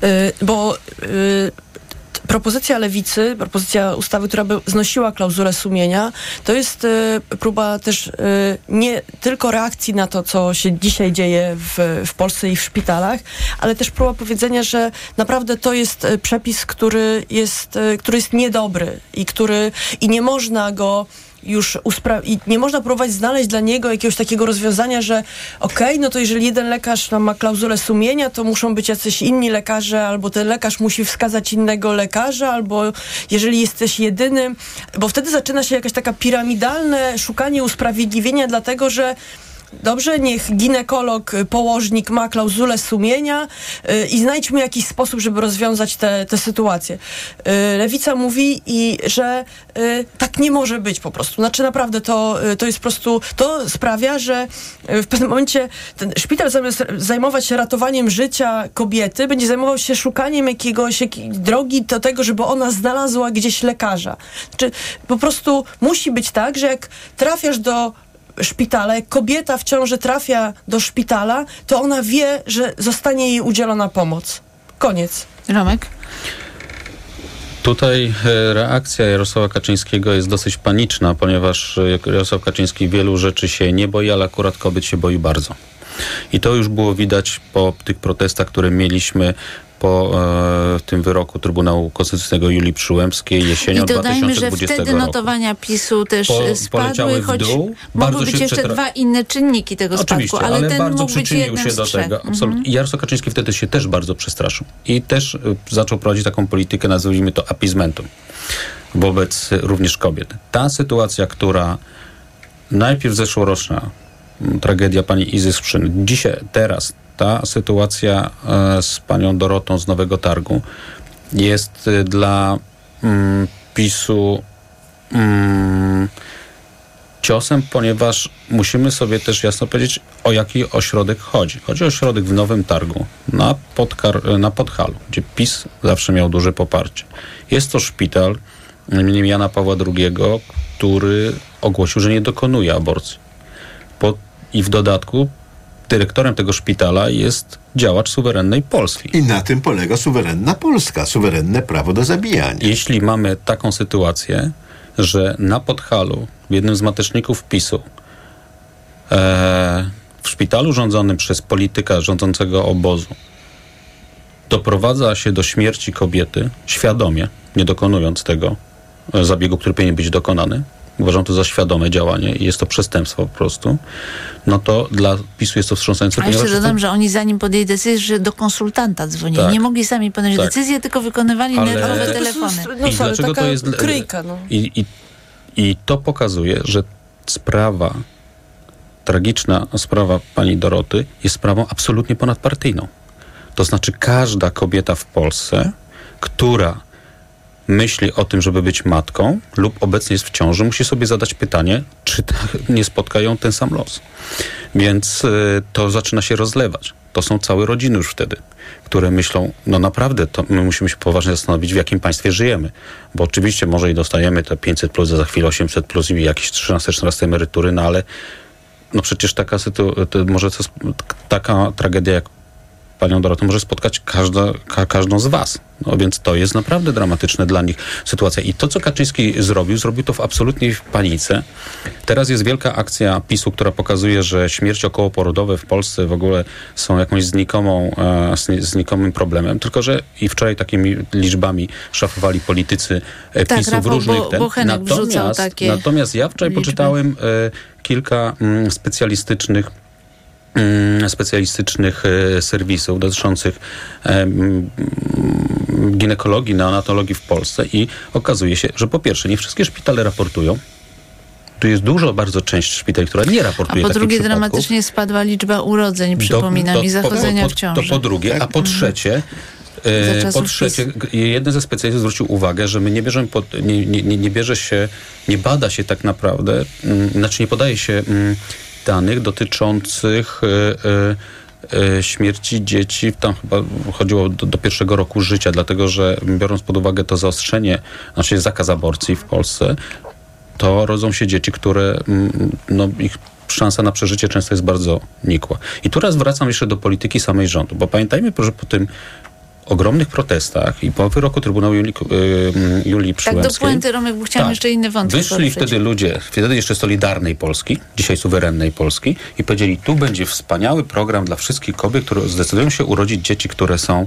Propozycja Lewicy, propozycja ustawy, która by znosiła klauzulę sumienia, to jest próba też nie tylko reakcji na to, co się dzisiaj dzieje w Polsce i w szpitalach, ale też próba powiedzenia, że naprawdę to jest przepis, który jest niedobry i nie można go już i nie można próbować znaleźć dla niego jakiegoś takiego rozwiązania, że no to jeżeli jeden lekarz tam ma klauzulę sumienia, to muszą być jacyś inni lekarze, albo ten lekarz musi wskazać innego lekarza, albo jeżeli jesteś jedynym, bo wtedy zaczyna się jakaś taka piramidalne szukanie usprawiedliwienia, dlatego że dobrze, niech ginekolog, położnik ma klauzulę sumienia i znajdźmy jakiś sposób, żeby rozwiązać tę sytuację. Lewica mówi, że tak nie może być po prostu. Znaczy naprawdę to jest po prostu, to sprawia, że w pewnym momencie ten szpital zamiast zajmować się ratowaniem życia kobiety, będzie zajmował się szukaniem jakiejś drogi do tego, żeby ona znalazła gdzieś lekarza. Znaczy po prostu musi być tak, że jak trafiasz do szpitala, jak kobieta w ciąży trafia do szpitala, to ona wie, że zostanie jej udzielona pomoc. Koniec. Romek? Tutaj reakcja Jarosława Kaczyńskiego jest dosyć paniczna, ponieważ Jarosław Kaczyński wielu rzeczy się nie boi, ale akurat kobiet się boi bardzo. I to już było widać po tych protestach, które mieliśmy po tym wyroku Trybunału Konstytucyjnego Julii Przyłębskiej jesienią 2020 roku. I dodajmy, że wtedy notowania PiS-u też spadły, choć mogły być jeszcze 2 inne czynniki tego Oczywiście, spadku, ale ten bardzo mógł być przyczynił się do tego. Absolutnie. I Jarosław Kaczyński wtedy się też bardzo przestraszył. I też zaczął prowadzić taką politykę, nazwijmy to appeasementu, wobec również kobiet. Ta sytuacja, która najpierw zeszłoroczna tragedia pani Izy Skrzyn, teraz ta sytuacja z panią Dorotą z Nowego Targu jest dla PiS-u ciosem, ponieważ musimy sobie też jasno powiedzieć, o jaki ośrodek chodzi. Chodzi o ośrodek w Nowym Targu, na Podhalu, gdzie PiS zawsze miał duże poparcie. Jest to szpital imieniem Jana Pawła II, który ogłosił, że nie dokonuje aborcji. I w dodatku dyrektorem tego szpitala jest działacz suwerennej Polski. I na tym polega suwerenna Polska, suwerenne prawo do zabijania. Jeśli mamy taką sytuację, że na Podhalu, w jednym z mateczników PiS-u, w szpitalu rządzonym przez polityka rządzącego obozu, doprowadza się do śmierci kobiety, świadomie, nie dokonując tego zabiegu, który powinien być dokonany, uważam to za świadome działanie i jest to przestępstwo po prostu, no to dla PiS-u jest to wstrząsające. A jeszcze dodam, że oni zanim podjęli decyzję, że do konsultanta dzwonili. Tak. Nie mogli sami podjąć decyzję, tylko wykonywali nerwowe telefony. I dlaczego to jest kryjka, I to pokazuje, że tragiczna sprawa pani Doroty jest sprawą absolutnie ponadpartyjną. To znaczy każda kobieta w Polsce, która myśli o tym, żeby być matką lub obecnie jest w ciąży, musi sobie zadać pytanie, czy nie spotka ją ten sam los. Więc to zaczyna się rozlewać. To są całe rodziny już wtedy, które myślą, no naprawdę, to my musimy się poważnie zastanowić, w jakim państwie żyjemy. Bo oczywiście może i dostajemy te 500+, a za chwilę 800+ i jakieś 13-14 emerytury, no ale no przecież taka tragedia jak panią Dorotę może spotkać każdą z was. No więc to jest naprawdę dramatyczne dla nich sytuacja. I to, co Kaczyński zrobił to absolutnie w panice. Teraz jest wielka akcja PiS-u, która pokazuje, że śmierci okołoporodowe w Polsce w ogóle są jakąś znikomym problemem. Tylko, że i wczoraj takimi liczbami szafowali politycy PiS-u w różnych... Natomiast ja wczoraj poczytałem kilka specjalistycznych serwisów dotyczących ginekologii, neonatologii w Polsce i okazuje się, że po pierwsze nie wszystkie szpitale raportują. Tu jest bardzo część szpitali, która nie raportuje. A po drugie przypadków. Dramatycznie spadła liczba urodzeń, przypominam, i zachodzenia w ciąży. To po drugie, a po trzecie czasów Po trzecie, PiS. jeden ze specjalistów zwrócił uwagę, że my nie bada się tak naprawdę, nie podaje się danych dotyczących śmierci dzieci, tam chyba chodziło do 1 roku życia, dlatego że biorąc pod uwagę to zaostrzenie, zakaz aborcji w Polsce, to rodzą się dzieci, które ich szansa na przeżycie często jest bardzo nikła. I tu raz wracam jeszcze do polityki samej rządu, bo pamiętajmy, że po tym ogromnych protestach i po wyroku Trybunału Julii Przyłębskiej... Tak, do puenty, Romek, bo chciałam jeszcze inny wątek Wyszli poruszyć. wtedy ludzie, wtedy jeszcze Solidarnej Polski, dzisiaj suwerennej Polski, i powiedzieli, tu będzie wspaniały program dla wszystkich kobiet, które zdecydują się urodzić dzieci, które są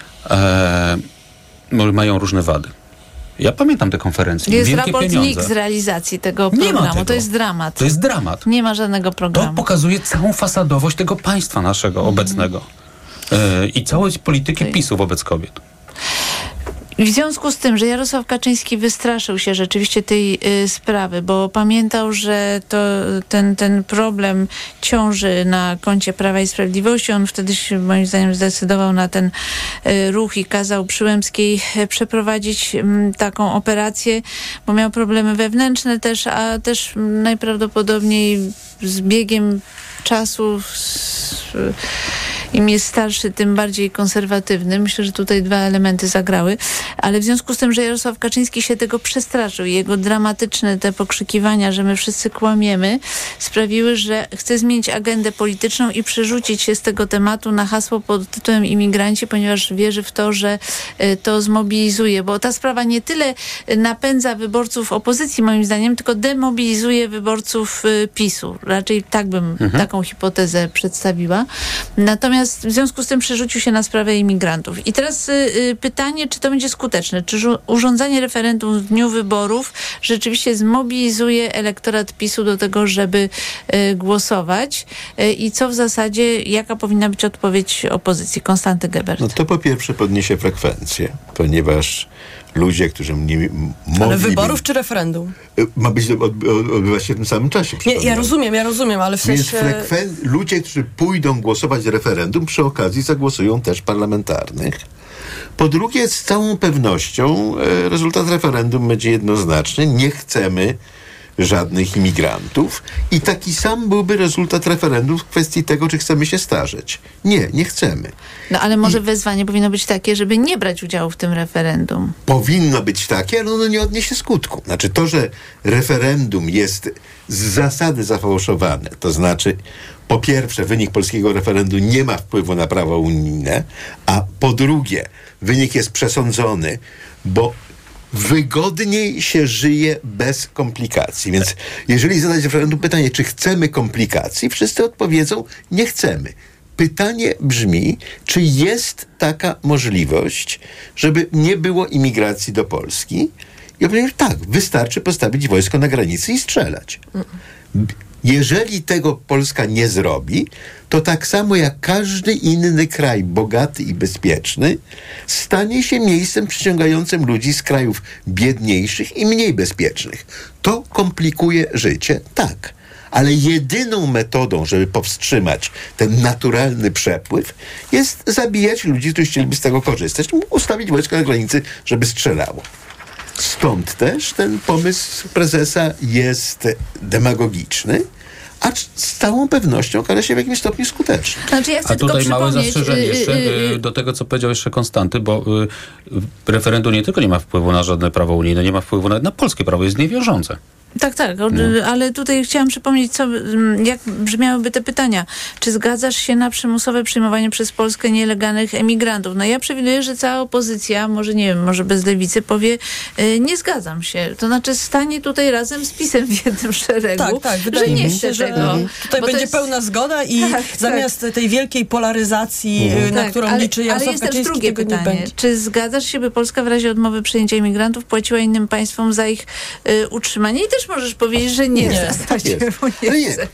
mają różne wady. Ja pamiętam te konferencje. Jest wielkie raport pieniądze. NIK z realizacji tego Nie ma programu. tego. To jest dramat. To jest dramat. Nie ma żadnego To programu. pokazuje całą fasadowość tego państwa naszego obecnego. I całej polityki PiS-u wobec kobiet. W związku z tym, że Jarosław Kaczyński wystraszył się rzeczywiście tej sprawy, bo pamiętał, że to ten problem ciąży na koncie Prawa i Sprawiedliwości. On wtedy się, moim zdaniem, zdecydował na ten ruch i kazał Przyłębskiej przeprowadzić taką operację, bo miał problemy wewnętrzne też, a też najprawdopodobniej z biegiem czasu im jest starszy, tym bardziej konserwatywny. Myślę, że tutaj dwa elementy zagrały. Ale w związku z tym, że Jarosław Kaczyński się tego przestraszył, jego dramatyczne te pokrzykiwania, że my wszyscy kłamiemy, sprawiły, że chce zmienić agendę polityczną i przerzucić się z tego tematu na hasło pod tytułem imigranci, ponieważ wierzy w to, że to zmobilizuje. Bo ta sprawa nie tyle napędza wyborców opozycji, moim zdaniem, tylko demobilizuje wyborców PiS-u. Raczej tak bym taką hipotezę przedstawiła. Natomiast w związku z tym przerzucił się na sprawę imigrantów. I teraz pytanie, czy to będzie skuteczne? Czy urządzanie referendum w dniu wyborów rzeczywiście zmobilizuje elektorat PiS-u do tego, żeby głosować? I co w zasadzie, jaka powinna być odpowiedź opozycji? Konstanty Gebert. No to po pierwsze podniesie frekwencję, ponieważ ludzie, którzy Ale wyborów czy referendum? Ma być odbywać się w tym samym czasie. Nie, ja rozumiem, ale w sensie... Więc ludzie, którzy pójdą głosować w referendum, przy okazji zagłosują też parlamentarnych. Po drugie, z całą pewnością rezultat referendum będzie jednoznaczny. Nie chcemy żadnych imigrantów i taki sam byłby rezultat referendum w kwestii tego, czy chcemy się starzeć. Nie chcemy. No ale może wezwanie powinno być takie, żeby nie brać udziału w tym referendum. Powinno być takie, ale ono nie odniesie skutku. Znaczy to, że referendum jest z zasady zafałszowane, to znaczy po pierwsze wynik polskiego referendum nie ma wpływu na prawo unijne, a po drugie wynik jest przesądzony, bo wygodniej się żyje bez komplikacji. Więc jeżeli zadać referendum pytanie, czy chcemy komplikacji, wszyscy odpowiedzą, nie chcemy. Pytanie brzmi, czy jest taka możliwość, żeby nie było imigracji do Polski? I odpowiem, tak, wystarczy postawić wojsko na granicy i strzelać. Jeżeli tego Polska nie zrobi, to tak samo jak każdy inny kraj bogaty i bezpieczny stanie się miejscem przyciągającym ludzi z krajów biedniejszych i mniej bezpiecznych. To komplikuje życie, tak. Ale jedyną metodą, żeby powstrzymać ten naturalny przepływ, jest zabijać ludzi, którzy chcieliby z tego korzystać. Ustawić wojsko na granicy, żeby strzelało. Stąd też ten pomysł prezesa jest demagogiczny, a z całą pewnością okaże się w jakimś stopniu skuteczny. Znaczy, ja chcę A tutaj małe zastrzeżenie jeszcze do tego, co powiedział jeszcze Konstanty, bo referendum nie tylko nie ma wpływu na żadne prawo unijne, nie ma wpływu nawet na polskie prawo, jest niewiążące. Tak, ale tutaj chciałam przypomnieć, jak brzmiałyby te pytania. Czy zgadzasz się na przymusowe przyjmowanie przez Polskę nielegalnych emigrantów? No ja przewiduję, że cała opozycja, może nie wiem, może bez lewicy, powie, nie zgadzam się. To znaczy stanie tutaj razem z PiS-em w jednym szeregu, Tak, że wydaje nie mi chce się, że tego. tutaj będzie pełna zgoda i zamiast tej wielkiej polaryzacji, na którą liczy Jarosław Ale jest też Kaczyński, drugie tego nie pytanie. będzie. Czy zgadzasz się, by Polska w razie odmowy przyjęcia imigrantów płaciła innym państwom za ich utrzymanie? I też możesz powiedzieć, że nie w zasadzie, bo nie chce.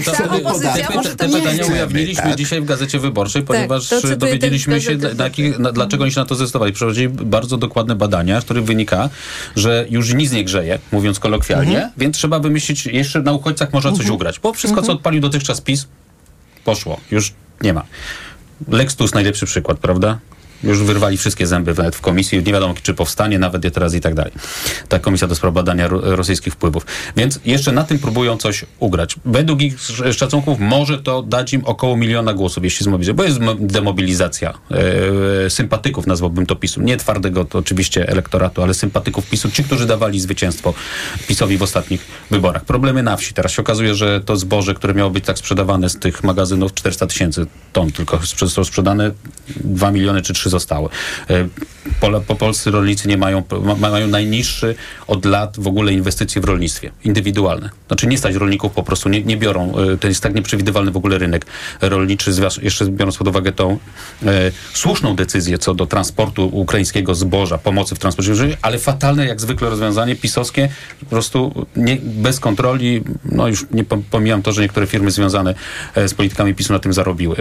Te pytania ujawniliśmy dzisiaj w Gazecie Wyborczej, ponieważ dowiedzieliśmy się, dlaczego oni się na to zdecydowali. Przeprowadzili bardzo dokładne badania, z których wynika, że już nic nie grzeje, mówiąc kolokwialnie, więc trzeba wymyślić, jeszcze na uchodźcach można coś ugrać. Bo wszystko, co odpalił dotychczas PiS, poszło. Już nie ma. Lex Tusk najlepszy przykład, prawda? Już wyrwali wszystkie zęby nawet w komisji. Nie wiadomo, czy powstanie, nawet je teraz i tak dalej. Ta komisja do spraw badania rosyjskich wpływów. Więc jeszcze na tym próbują coś ugrać. Według ich szacunków może to dać im około 1 miliona głosów, jeśli zmobilizują. Bo jest demobilizacja sympatyków, nazwałbym to PiS-u. Nie twardego to oczywiście elektoratu, ale sympatyków PiS-u. Ci, którzy dawali zwycięstwo PiS-owi w ostatnich wyborach. Problemy na wsi. Teraz się okazuje, że to zboże, które miało być tak sprzedawane z tych magazynów, 400 000 ton tylko zostało sprzedane, 2 miliony czy 3 zostały. Polscy rolnicy mają najniższy od lat w ogóle inwestycje w rolnictwie. Indywidualne. Znaczy nie stać rolników, po prostu nie biorą. To jest tak nieprzewidywalny w ogóle rynek rolniczy, jeszcze biorąc pod uwagę tą słuszną decyzję co do transportu ukraińskiego zboża, pomocy w transporcie, ale fatalne jak zwykle rozwiązanie pisowskie, po prostu bez kontroli, no już nie pomijam to, że niektóre firmy związane z politykami PiS-u na tym zarobiły.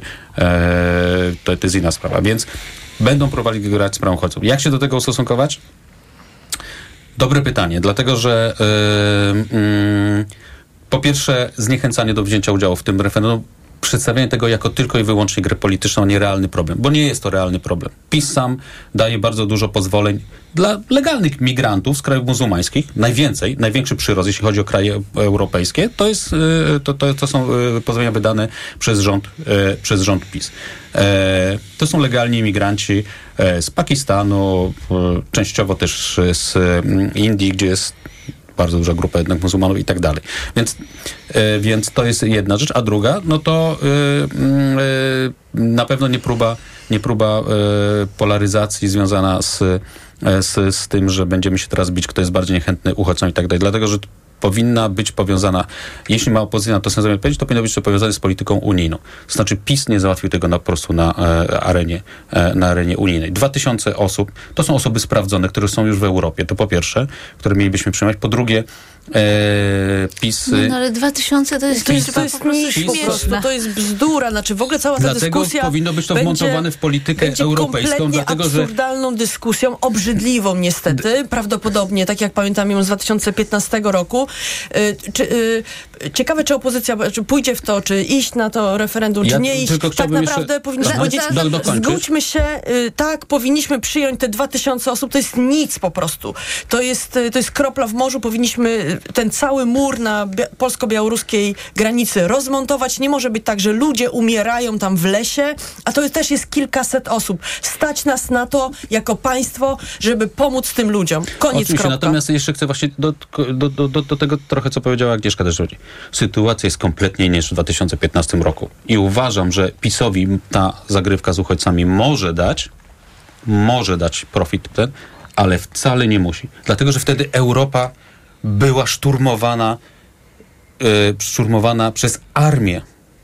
To jest inna sprawa. Więc będą próbowali grać z prawą uchodźców. Jak się do tego ustosunkować? Dobre pytanie, dlatego że po pierwsze zniechęcanie do wzięcia udziału w tym referendum, przedstawianie tego jako tylko i wyłącznie grę polityczną, nie realny problem, bo nie jest to realny problem. PiS sam daje bardzo dużo pozwoleń dla legalnych migrantów z krajów muzułmańskich, największy przyrost, jeśli chodzi o kraje europejskie, to są pozwolenia wydane przez rząd PiS. To są legalni imigranci z Pakistanu, częściowo też z Indii, gdzie jest bardzo duża grupa jednak muzułmanów i tak dalej. Więc to jest jedna rzecz. A druga, no to na pewno nie próba polaryzacji związana z tym, że będziemy się teraz bić, kto jest bardziej niechętny uchodźcom i tak dalej. Dlatego, że powinna być powiązana, jeśli ma opozycja na to sens odpowiedzieć, to powinno być to powiązane z polityką unijną. To znaczy PiS nie załatwił tego po prostu na arenie unijnej. 2000 osób, to są osoby sprawdzone, które są już w Europie, to po pierwsze, które mielibyśmy przyjmować. Po drugie, PiS... No ale 2000 to jest śmieszne. To jest bzdura. Znaczy w ogóle cała ta dyskusja Dlatego powinno być to wmontowane w politykę europejską. Dlatego, absurdalną dyskusją, obrzydliwą niestety. Prawdopodobnie, tak jak pamiętam ją z 2015 roku. Ciekawe, czy opozycja pójdzie w to, czy iść na to referendum, czy nie iść. Tak naprawdę powinniśmy powiedzieć, zgódźmy się, tak, powinniśmy przyjąć te 2000 osób. To jest nic po prostu. To jest kropla w morzu. Powinniśmy ten cały mur na polsko-białoruskiej granicy rozmontować. Nie może być tak, że ludzie umierają tam w lesie, a to też jest kilkaset osób. Stać nas na to jako państwo, żeby pomóc tym ludziom. Koniec, oczywiście, kropka. Natomiast jeszcze chcę właśnie do tego trochę, co powiedziała Agnieszka też. Sytuacja jest kompletnie inna niż w 2015 roku. I uważam, że PiS-owi ta zagrywka z uchodźcami może dać profit ten, ale wcale nie musi. Dlatego, że wtedy Europa była szturmowana przez armię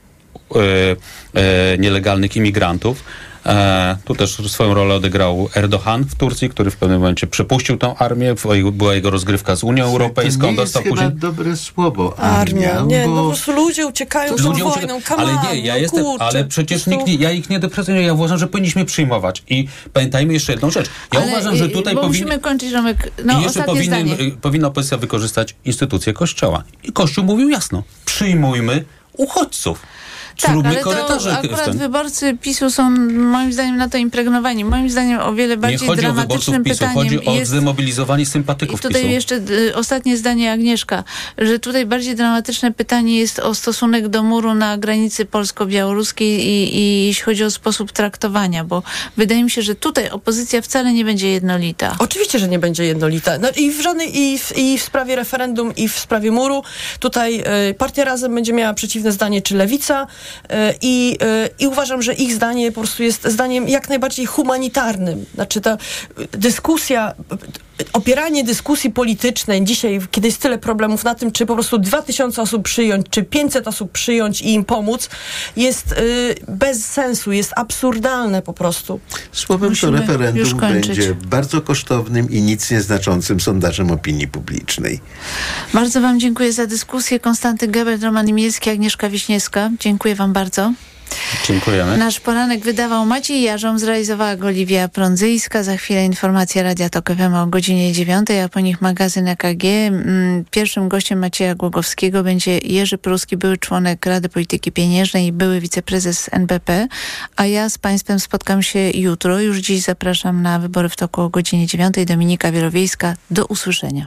nielegalnych imigrantów. Tu też swoją rolę odegrał Erdoğan w Turcji, który w pewnym momencie przepuścił tą armię. Była jego rozgrywka z Unią Europejską. To nie jest chyba dobre słowo. Armia. Nie, po prostu ludzie uciekają przed wojną. Ale przecież ja ich nie depresuję. Ja uważam, że powinniśmy przyjmować. I pamiętajmy jeszcze jedną rzecz. Uważam, że tutaj musimy kończyć, Romek. jeszcze powinna opozycja wykorzystać instytucję Kościoła. I Kościół mówił jasno. Przyjmujmy uchodźców. Tak, ale to akurat wyborcy PiS-u są moim zdaniem na to impregnowani. Moim zdaniem o wiele bardziej dramatycznym pytaniem chodzi o zdemobilizowanie sympatyków PiS-u. I tutaj jeszcze ostatnie zdanie Agnieszka, że tutaj bardziej dramatyczne pytanie jest o stosunek do muru na granicy polsko-białoruskiej i jeśli chodzi o sposób traktowania, bo wydaje mi się, że tutaj opozycja wcale nie będzie jednolita. Oczywiście, że nie będzie jednolita. No i w sprawie referendum, i w sprawie muru. Tutaj Partia Razem będzie miała przeciwne zdanie, czy Lewica. I uważam, że ich zdanie po prostu jest zdaniem jak najbardziej humanitarnym. Znaczy ta dyskusja, opieranie dyskusji politycznej dzisiaj, kiedy jest tyle problemów na tym, czy po prostu 2000 osób przyjąć, czy 500 osób przyjąć i im pomóc, jest bez sensu, jest absurdalne po prostu. Słowem, to referendum będzie bardzo kosztownym i nic nieznaczącym sondażem opinii publicznej. Bardzo wam dziękuję za dyskusję. Konstanty Gebert, Roman Imielski, Agnieszka Wiśniewska. Dziękuję wam bardzo. Dziękujemy. Nasz poranek wydawał Maciej Jarząb, zrealizowała go Liwia Prądzyjska. Za chwilę informacja Radia Tok FM o godzinie 9, a po nich magazyn EKG. Pierwszym gościem Macieja Głogowskiego będzie Jerzy Pruski, były członek Rady Polityki Pieniężnej i były wiceprezes NBP, a ja z Państwem spotkam się jutro. Już dziś zapraszam na Wybory w Toku o godzinie 9. Dominika Wielowiejska. Do usłyszenia.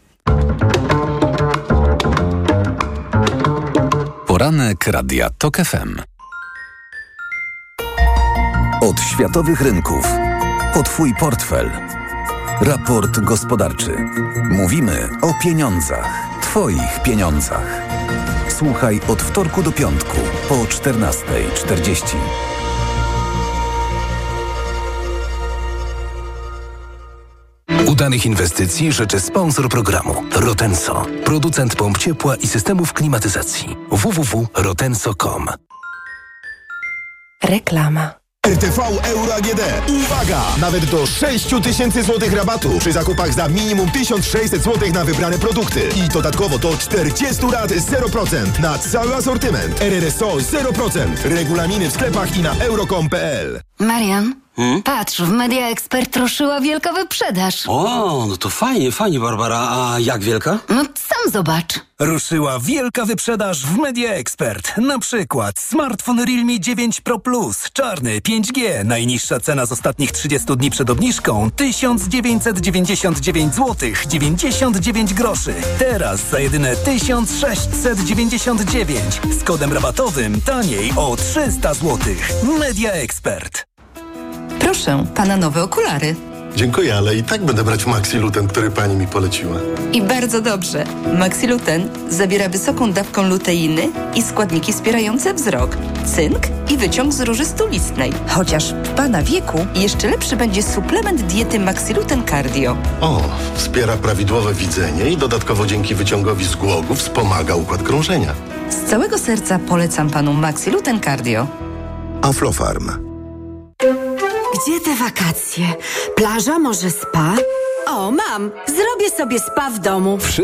Poranek Radia Tok FM. Od światowych rynków po Twój portfel. Raport gospodarczy. Mówimy o pieniądzach. Twoich pieniądzach. Słuchaj od wtorku do piątku po 14:40. Udanych inwestycji życzy sponsor programu Rotenso, producent pomp ciepła i systemów klimatyzacji. www.rotenso.com. Reklama. RTV Euro AGD. Uwaga! Nawet do 6 000 złotych rabatu przy zakupach za minimum 1600 zł na wybrane produkty. I dodatkowo do 40 lat 0% na cały asortyment. RRSO 0%. Regulaminy w sklepach i na euro.com.pl. Marian, patrz, w Media Expert ruszyła wielka wyprzedaż. O, no to fajnie, Barbara. A jak wielka? No sam zobacz. Ruszyła wielka wyprzedaż w Media Expert. Na przykład smartfon Realme 9 Pro Plus, czarny 5G. Najniższa cena z ostatnich 30 dni przed obniżką 1999 zł 99 groszy. Teraz za jedyne 1699 z kodem rabatowym taniej o 300 zł. Media Expert. Proszę, pana nowe okulary. Dziękuję, ale i tak będę brać Maxiluten, który pani mi poleciła. I bardzo dobrze. Maxiluten zawiera wysoką dawkę luteiny i składniki wspierające wzrok, cynk i wyciąg z róży stulistnej. Chociaż w pana wieku jeszcze lepszy będzie suplement diety Maxiluten Cardio. O, wspiera prawidłowe widzenie i dodatkowo dzięki wyciągowi z głogu wspomaga układ krążenia. Z całego serca polecam panu Maxiluten Cardio. Aflofarm. Gdzie te wakacje? Plaża, może spa? O, mam! Zrobię sobie spa w domu.